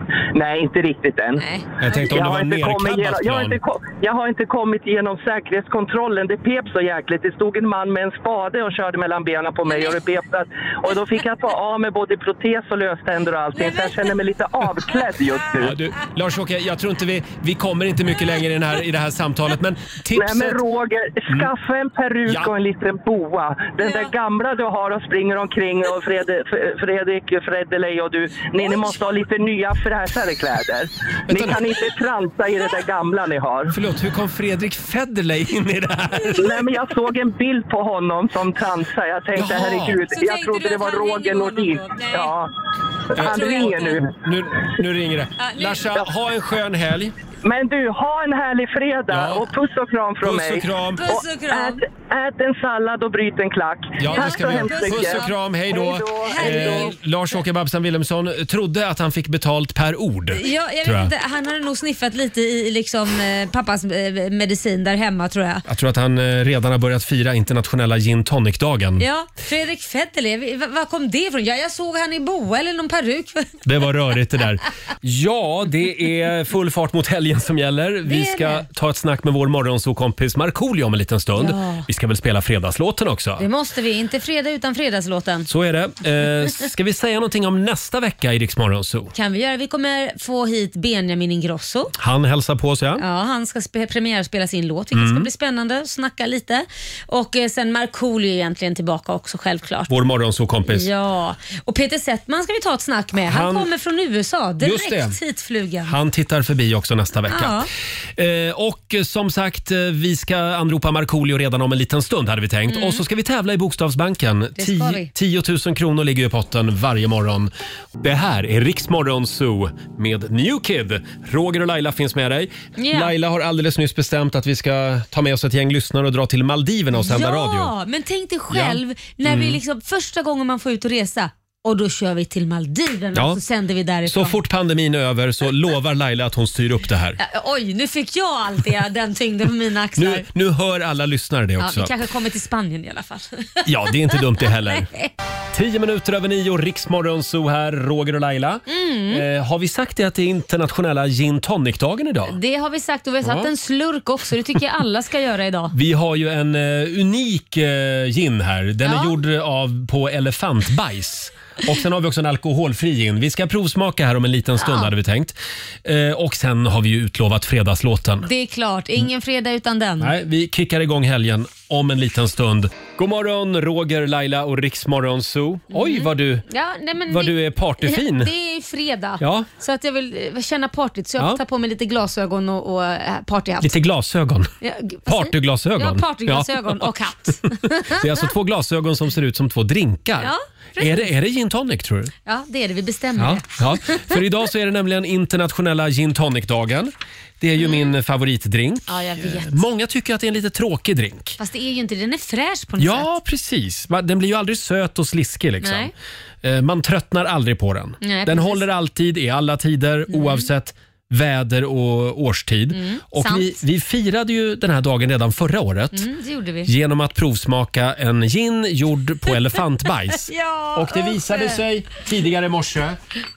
Nej, inte riktigt än. Jag tänkte om Jag det har var inte kommit nerkabbat igenom- jag, har plan. inte ko- jag har inte kommit igenom säkerhetskontrollen. Det pep så jäkligt. Det stod en man med en spade och körde mellan benen på mig och det pepade. Och då fick jag ta av med både protes och löständer och allting. Så jag känner mig lite avklädd just nu. Ja, du, Lars-Åke, jag tror inte vi, vi kommer inte mycket längre i, den här, i det här samtalet, men tipset... Nej men Roger, skaffa en peruk Ja. och en liten boa. Den där gamla du har och springer omkring och Fred, Fredrik, Freddelej och du, ni, ni måste ha lite nya fräschare kläder. Ni kan inte transa i det där gamla ni har. Förlåt, hur kom Fredrik Federley in i det här? Nej men jag såg en bild på honom som transade. Jag tänkte Jaha. herregud, Så jag tänkte trodde du det att var han Roger ringer honom Nordin. då? Nej. Ja. Han Jag- ringer nu. Nu, nu ringer det. nu- Larsa, ha en skön helg. Men du, ha en härlig fredag Ja. och puss och kram från Puss och mig. kram. Puss och kram. Ät, ät en sallad och bryt en klack. Ja, det Tack ska så vi göra. hemskt mycket. Puss och kram, hej då. Hej då. Eh, Lars-Åke Babsan Wilhelmsson trodde att han fick betalt per ord. Ja, jag tror vet inte, han hade nog sniffat lite i liksom, eh, pappas eh, medicin där hemma tror jag. Jag tror att han eh, redan har börjat fira internationella gin tonic-dagen. Ja, Fredrik Federley, var kom det ifrån? Ja, jag såg han i boa eller någon peruk. Det var rörigt det där. Ja, det är full fart mot helgen som gäller. Vi är ska det. ta ett snack med vår morgonsåkompis Markoolio om en liten stund. Ja. Vi ska väl spela fredagslåten också. Det måste vi, inte fredag utan fredagslåten. Så är det. Eh, ska vi säga någonting om nästa vecka i Rix Morgonzoo? Kan vi göra. Vi kommer få hit Benjamin Ingrosso. Han hälsar på oss, ja. Ja, han ska spe- premiärspela sin låt, vilket Mm. ska bli spännande. Snacka lite. Och eh, sen Markoolio egentligen tillbaka också, självklart. Vår morgonsåkompis. Ja, och Peter Settman ska vi ta ett snack med. Han, Han- kommer från U S A, Just direkt det. hit flugan. Han tittar förbi också nästa vecka. Eh, och som sagt, eh, vi ska anropa Markoolio redan om en liten stund hade vi tänkt. Mm. Och så ska vi tävla i Bokstavsbanken. Det ska Tio- vi. tio tusen kronor ligger i potten varje morgon. Det här är Rix Morgonzoo med New Kid. Roger och Laila finns med dig. Ja. Laila har alldeles nyss bestämt att vi ska ta med oss ett gäng lyssnare och dra till Maldiverna och sända ja, radio. men tänk dig själv Ja. när Mm. vi liksom första gången man får ut och resa och då kör vi till Maldiverna Ja. och så sänder vi därifrån. Så fort pandemin är över så lovar Laila att hon styr upp det här. Ja, oj, nu fick jag alltid den tyngden på mina axlar. Nu, nu hör alla lyssnare det ja, också. vi kanske kommer till Spanien i alla fall. Ja, det är inte dumt det heller. Nej. Tio minuter över nio, Riksmorgonzoo här, Roger och Laila. Mm. Eh, har vi sagt det att det är internationella gin tonic-dagen idag? Det har vi sagt och vi har satt Ja. en slurk också. Det tycker jag alla ska göra idag. Vi har ju en eh, unik eh, gin här. Den Ja. är gjord av på elefantbajs. Och sen har vi också en alkoholfri gin. Vi ska provsmaka här om en liten stund Ja. hade vi tänkt. Eh, och sen har vi ju utlovat fredagslåten. Det är klart, ingen fredag utan den. Nej, vi kickar igång helgen om en liten stund. God morgon, Roger, Laila och Riksmorgonzoo. Oj, vad du, Ja, nej, men vad det, du är partyfin. Det är fredag, Ja. så att jag vill eh, känna partyt. Så jag Ja. tar på mig lite glasögon och, och äh, partyhatt. Lite glasögon. Ja, g- vad säger- Partyglasögon. Ja, partyglasögon Ja. och hatt. Det är alltså två glasögon som ser ut som två drinkar. Ja, precis. är, det, är det gin tonic tror du? Ja, det är det. Vi bestämmer Ja, det. ja. För idag så är det nämligen internationella gin tonic-dagen. Det är ju min favoritdrink. Ja, jag vet. Många tycker att det är en lite tråkig drink. Fast det är ju inte den är fräsch på något Ja, sätt. precis. Man- Den blir ju aldrig söt och sliskig liksom. Nej. Eh, Man tröttnar aldrig på den. Nej, den precis. håller alltid i alla tider oavsett väder och årstid. Mm, och sant. vi, vi firade ju den här dagen redan förra året. Mm, det gjorde vi. Genom att provsmaka en gin gjord på elefantbajs. Ja, och det visade usch. sig tidigare i morse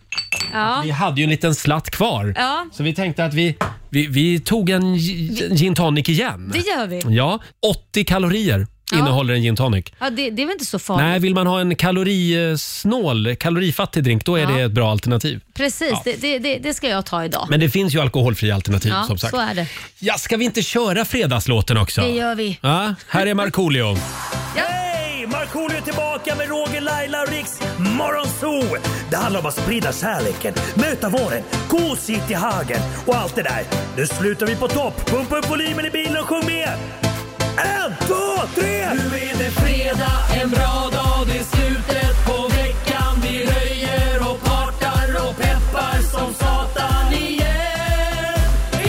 Ja. vi hade ju en liten slatt kvar. Ja. Så vi tänkte att vi, vi, vi tog en gi- gin tonic igen. Det gör vi. Ja, åttio kalorier Ja. innehåller en gin tonic. Ja, det, det är väl inte så farligt? Nej, vill man ha en kalorisnål, kalorifattig drink, då är Ja. det ett bra alternativ. Precis, Ja. det, det, det, det ska jag ta idag. Men det finns ju alkoholfria alternativ ja, som sagt. så är det. Ja, ska vi inte köra fredagslåten också? Det gör vi. Ja, här är Markoolio. Hej! Markoolio är tillbaka med Roger, Laila och Riks Morgonzoo. Det handlar om att sprida kärleken, möta våren, gosigt i hagen och allt det där. Nu slutar vi på topp. Pumpa upp volymen i bilen och sjung med. En, två, tre! Nu är det fredag, en bra dag, det är slutet på veckan. Vi röjer och partar och peppar som satan igen.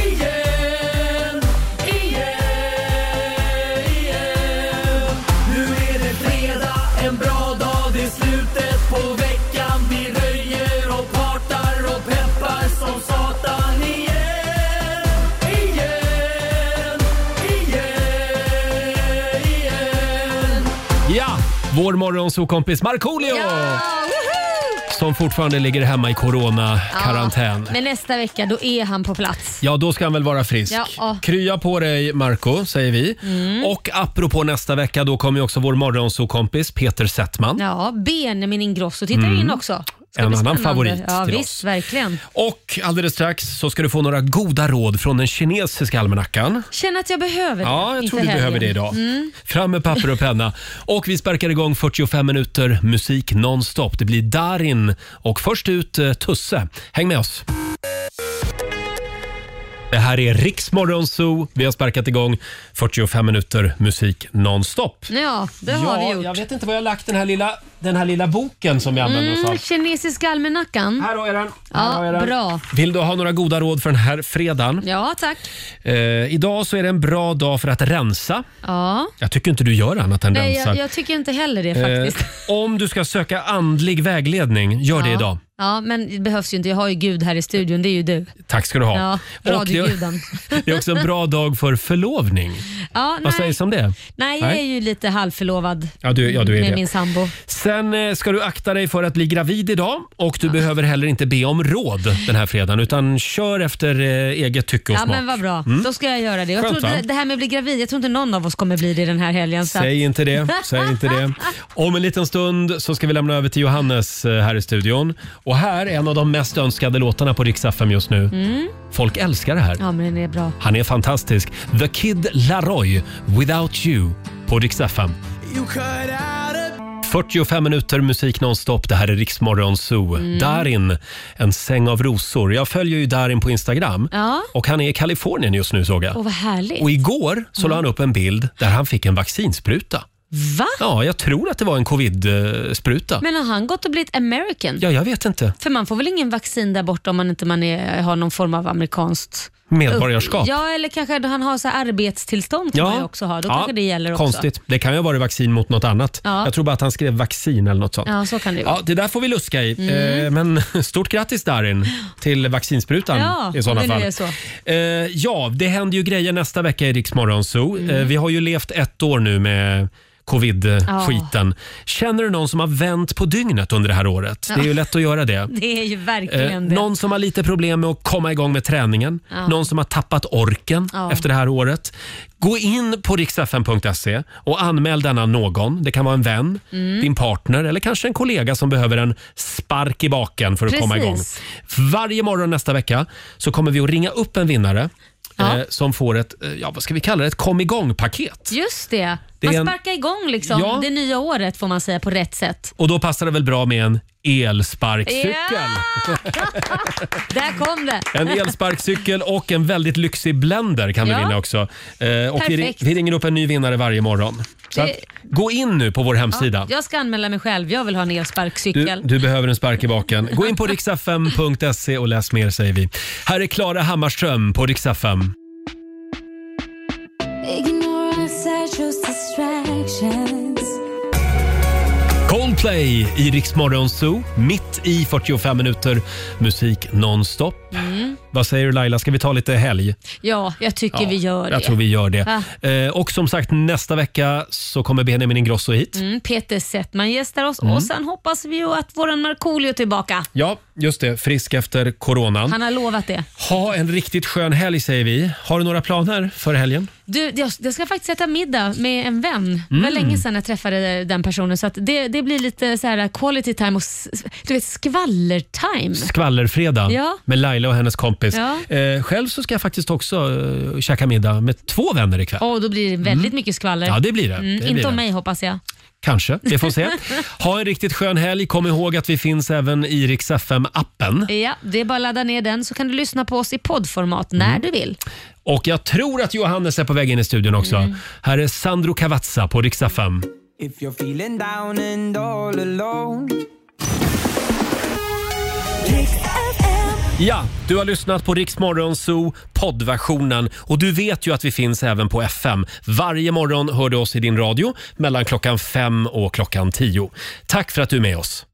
Igen, igen, igen. Nu är det fredag, en bra dag, det är slutet på veckan. Vi röjer och partar och peppar som satan igen. Igen, igen, igen. Ja, vår morgonsåkompis Markoolio! som fortfarande ligger hemma i corona-karantän. Ja, men nästa vecka då är han på plats. Ja, då ska han väl vara frisk. Ja, ja. Krya på dig, Marco, säger vi. Mm. Och apropå nästa vecka, då kommer ju också vår morgonsokompis Peter Settman. Ja, Benjamin Ingrosso tittar Mm. in också. Ska En bli annan spännande. favorit Ja, till visst, oss. verkligen. Och alldeles strax så ska du få några goda råd från den kinesiska almanackan. Känner att jag behöver det. Ja, jag inför tror du helgen. behöver det idag. Mm. Fram med papper och penna. Och vi sparkar igång fyrtiofem minuter musik nonstop. Det blir Darin och först ut eh, Tusse. Häng med oss. Det här är Riksmorgon Zoo. Vi har sparkat igång fyrtiofem minuter musik nonstop. Ja, det har ja, vi gjort. Jag vet inte var jag har lagt den här lilla, den här lilla boken som vi använder oss av. Mm, kinesiska almanackan. Här har jag den. Ja, Här har jag den. bra. Vill du ha några goda råd för den här fredagen? Ja, tack. Eh, idag så är det en bra dag för att rensa. Ja. Jag tycker inte du gör annat än Nej, rensar. jag, jag tycker inte heller det faktiskt. Eh, om du ska söka andlig vägledning, gör det Ja. idag. Ja, men det behövs ju inte. Jag har ju Gud här i studion, det är ju du. Tack ska du ha. Ja, Och det, radioguden. det är också en bra dag för förlovning. Ja, Vad nej. sägs om det? Nej, jag är ju lite halvförlovad Ja, du, ja, du är med det. min sambo. Sen eh, ska du akta dig för att bli gravid idag och du behöver heller inte be om råd den här fredagen utan kör efter eh, eget tycke och Ja, smak. men vad bra. Mm. Då ska jag göra det. Jag Skönt, tror va? det, det här med att bli gravid, jag tror inte någon av oss kommer bli det den här helgen. Så att- Säg inte det, säg inte det. Om en liten stund så ska vi lämna över till Johannes eh, här i studion. Och här är en av de mest önskade låtarna på Rix F M just nu. Mm. Folk älskar det här. Ja, men den är bra. Han är fantastisk. The Kid Laroi, Without You på Rix F M. fyrtiofem minuter musik nonstop. Det här är Rix Morgon Zoo. Mm. Darin, en säng av rosor. Jag följer ju Darin på Instagram Ja. och han är i Kalifornien just nu, såg jag. Åh, vad härligt. Och igår så la han upp en bild där han fick en vaccinspruta. Va? Ja, jag tror att det var en covid-spruta. Men har han gått och blivit American? Ja, jag vet inte. För man får väl ingen vaccin där borta om man inte man är, har någon form av amerikanskt Medborgarskap. Ja, eller kanske han har så här arbetstillstånd kan man ju också ha. Då ja, kanske det gäller också. konstigt. Det kan ju vara vaccin mot något annat. Ja. Jag tror bara att han skrev vaccin eller något sånt. Ja, så kan det ju Ja, vara. det där får vi luska i. Mm. Eh, men stort grattis Darin till vaccinsprutan Ja, i sådana om det nu fall. är så. Eh, ja, det händer ju grejer nästa vecka i Rix Morgon Zoo. Eh, vi har ju levt ett år nu med covid-skiten. Känner du någon som har vänt på dygnet under det här året? Det är ju Ja. lätt att göra det. Det är ju verkligen Eh, det. någon som har lite problem med att komma igång med träningen. Ja. Någon som har tappat orken Ja. efter det här året. Gå in på riksfn punkt se och anmäl denna någon. Det kan vara en vän, Mm. din partner eller kanske en kollega som behöver en spark i baken för att Precis. komma igång. Varje morgon nästa vecka så kommer vi att ringa upp en vinnare Ja. eh, som får ett, eh, ja, vad ska vi kalla det, ett kom igång-paket. Just det. Det är Man en- sparkar igång liksom Ja. det nya året får man säga på rätt sätt. Och då passar det väl bra med en elsparkcykel. Där kom det. En elsparkcykel och en väldigt lyxig blender kan vi Ja. vinna också. Eh, och vi, Perfekt. vi ringer upp en ny vinnare varje morgon. Så Det- att, gå in nu på vår hemsida. Ja, jag ska anmäla mig själv. Jag vill ha en Du, elsparkcykel. du behöver en spark i baken. Gå in på riksfm punkt se och läs mer säger vi. Här är Klara Hammarström på Rix F M. Ignore just distractions. Coldplay i Rix Morgon Zoo. Mitt i fyrtiofem minuter musik nonstop. Mm. Vad säger du Laila, ska vi ta lite helg? Ja, jag tycker Ja, vi gör det. Jag tror vi gör det. Va? Eh, och som sagt, nästa vecka så kommer Benjamin Ingrosso hit. Mm, Peter Settman gästar oss Mm. och sen hoppas vi ju att våran Markoolio är tillbaka. Ja, just det. Frisk efter coronan. Han har lovat det. Ha en riktigt skön helg säger vi. Har du några planer för helgen? Du, jag, jag ska faktiskt äta middag med en vän. Det Mm. var länge sedan jag träffade den personen så att det, det blir lite så här quality time och s- du vet skvallertime. Skvallerfredag Ja. med Laila och hennes kompis. Ja. Eh, själv så ska jag faktiskt också uh, käka middag med två vänner ikväll. Och då blir det väldigt mycket skvaller. Ja, det blir det. Mm, Det inte blir om det. mig hoppas jag. Kanske, vi får se. Ha en riktigt skön helg. Kom ihåg att vi finns även i Rix F M-appen. Ja, det är bara att ladda ner den så kan du lyssna på oss i poddformat när Mm. du vill. Och jag tror att Johannes är på väg in i studion också. Mm. Här är Sandro Cavazza på Rix F M. If you're feeling down and all alone. Ja, du har lyssnat på Rix Morgon Zoo poddversionen och du vet ju att vi finns även på F M. Varje morgon hör du oss i din radio mellan klockan fem och klockan tio. Tack för att du är med oss.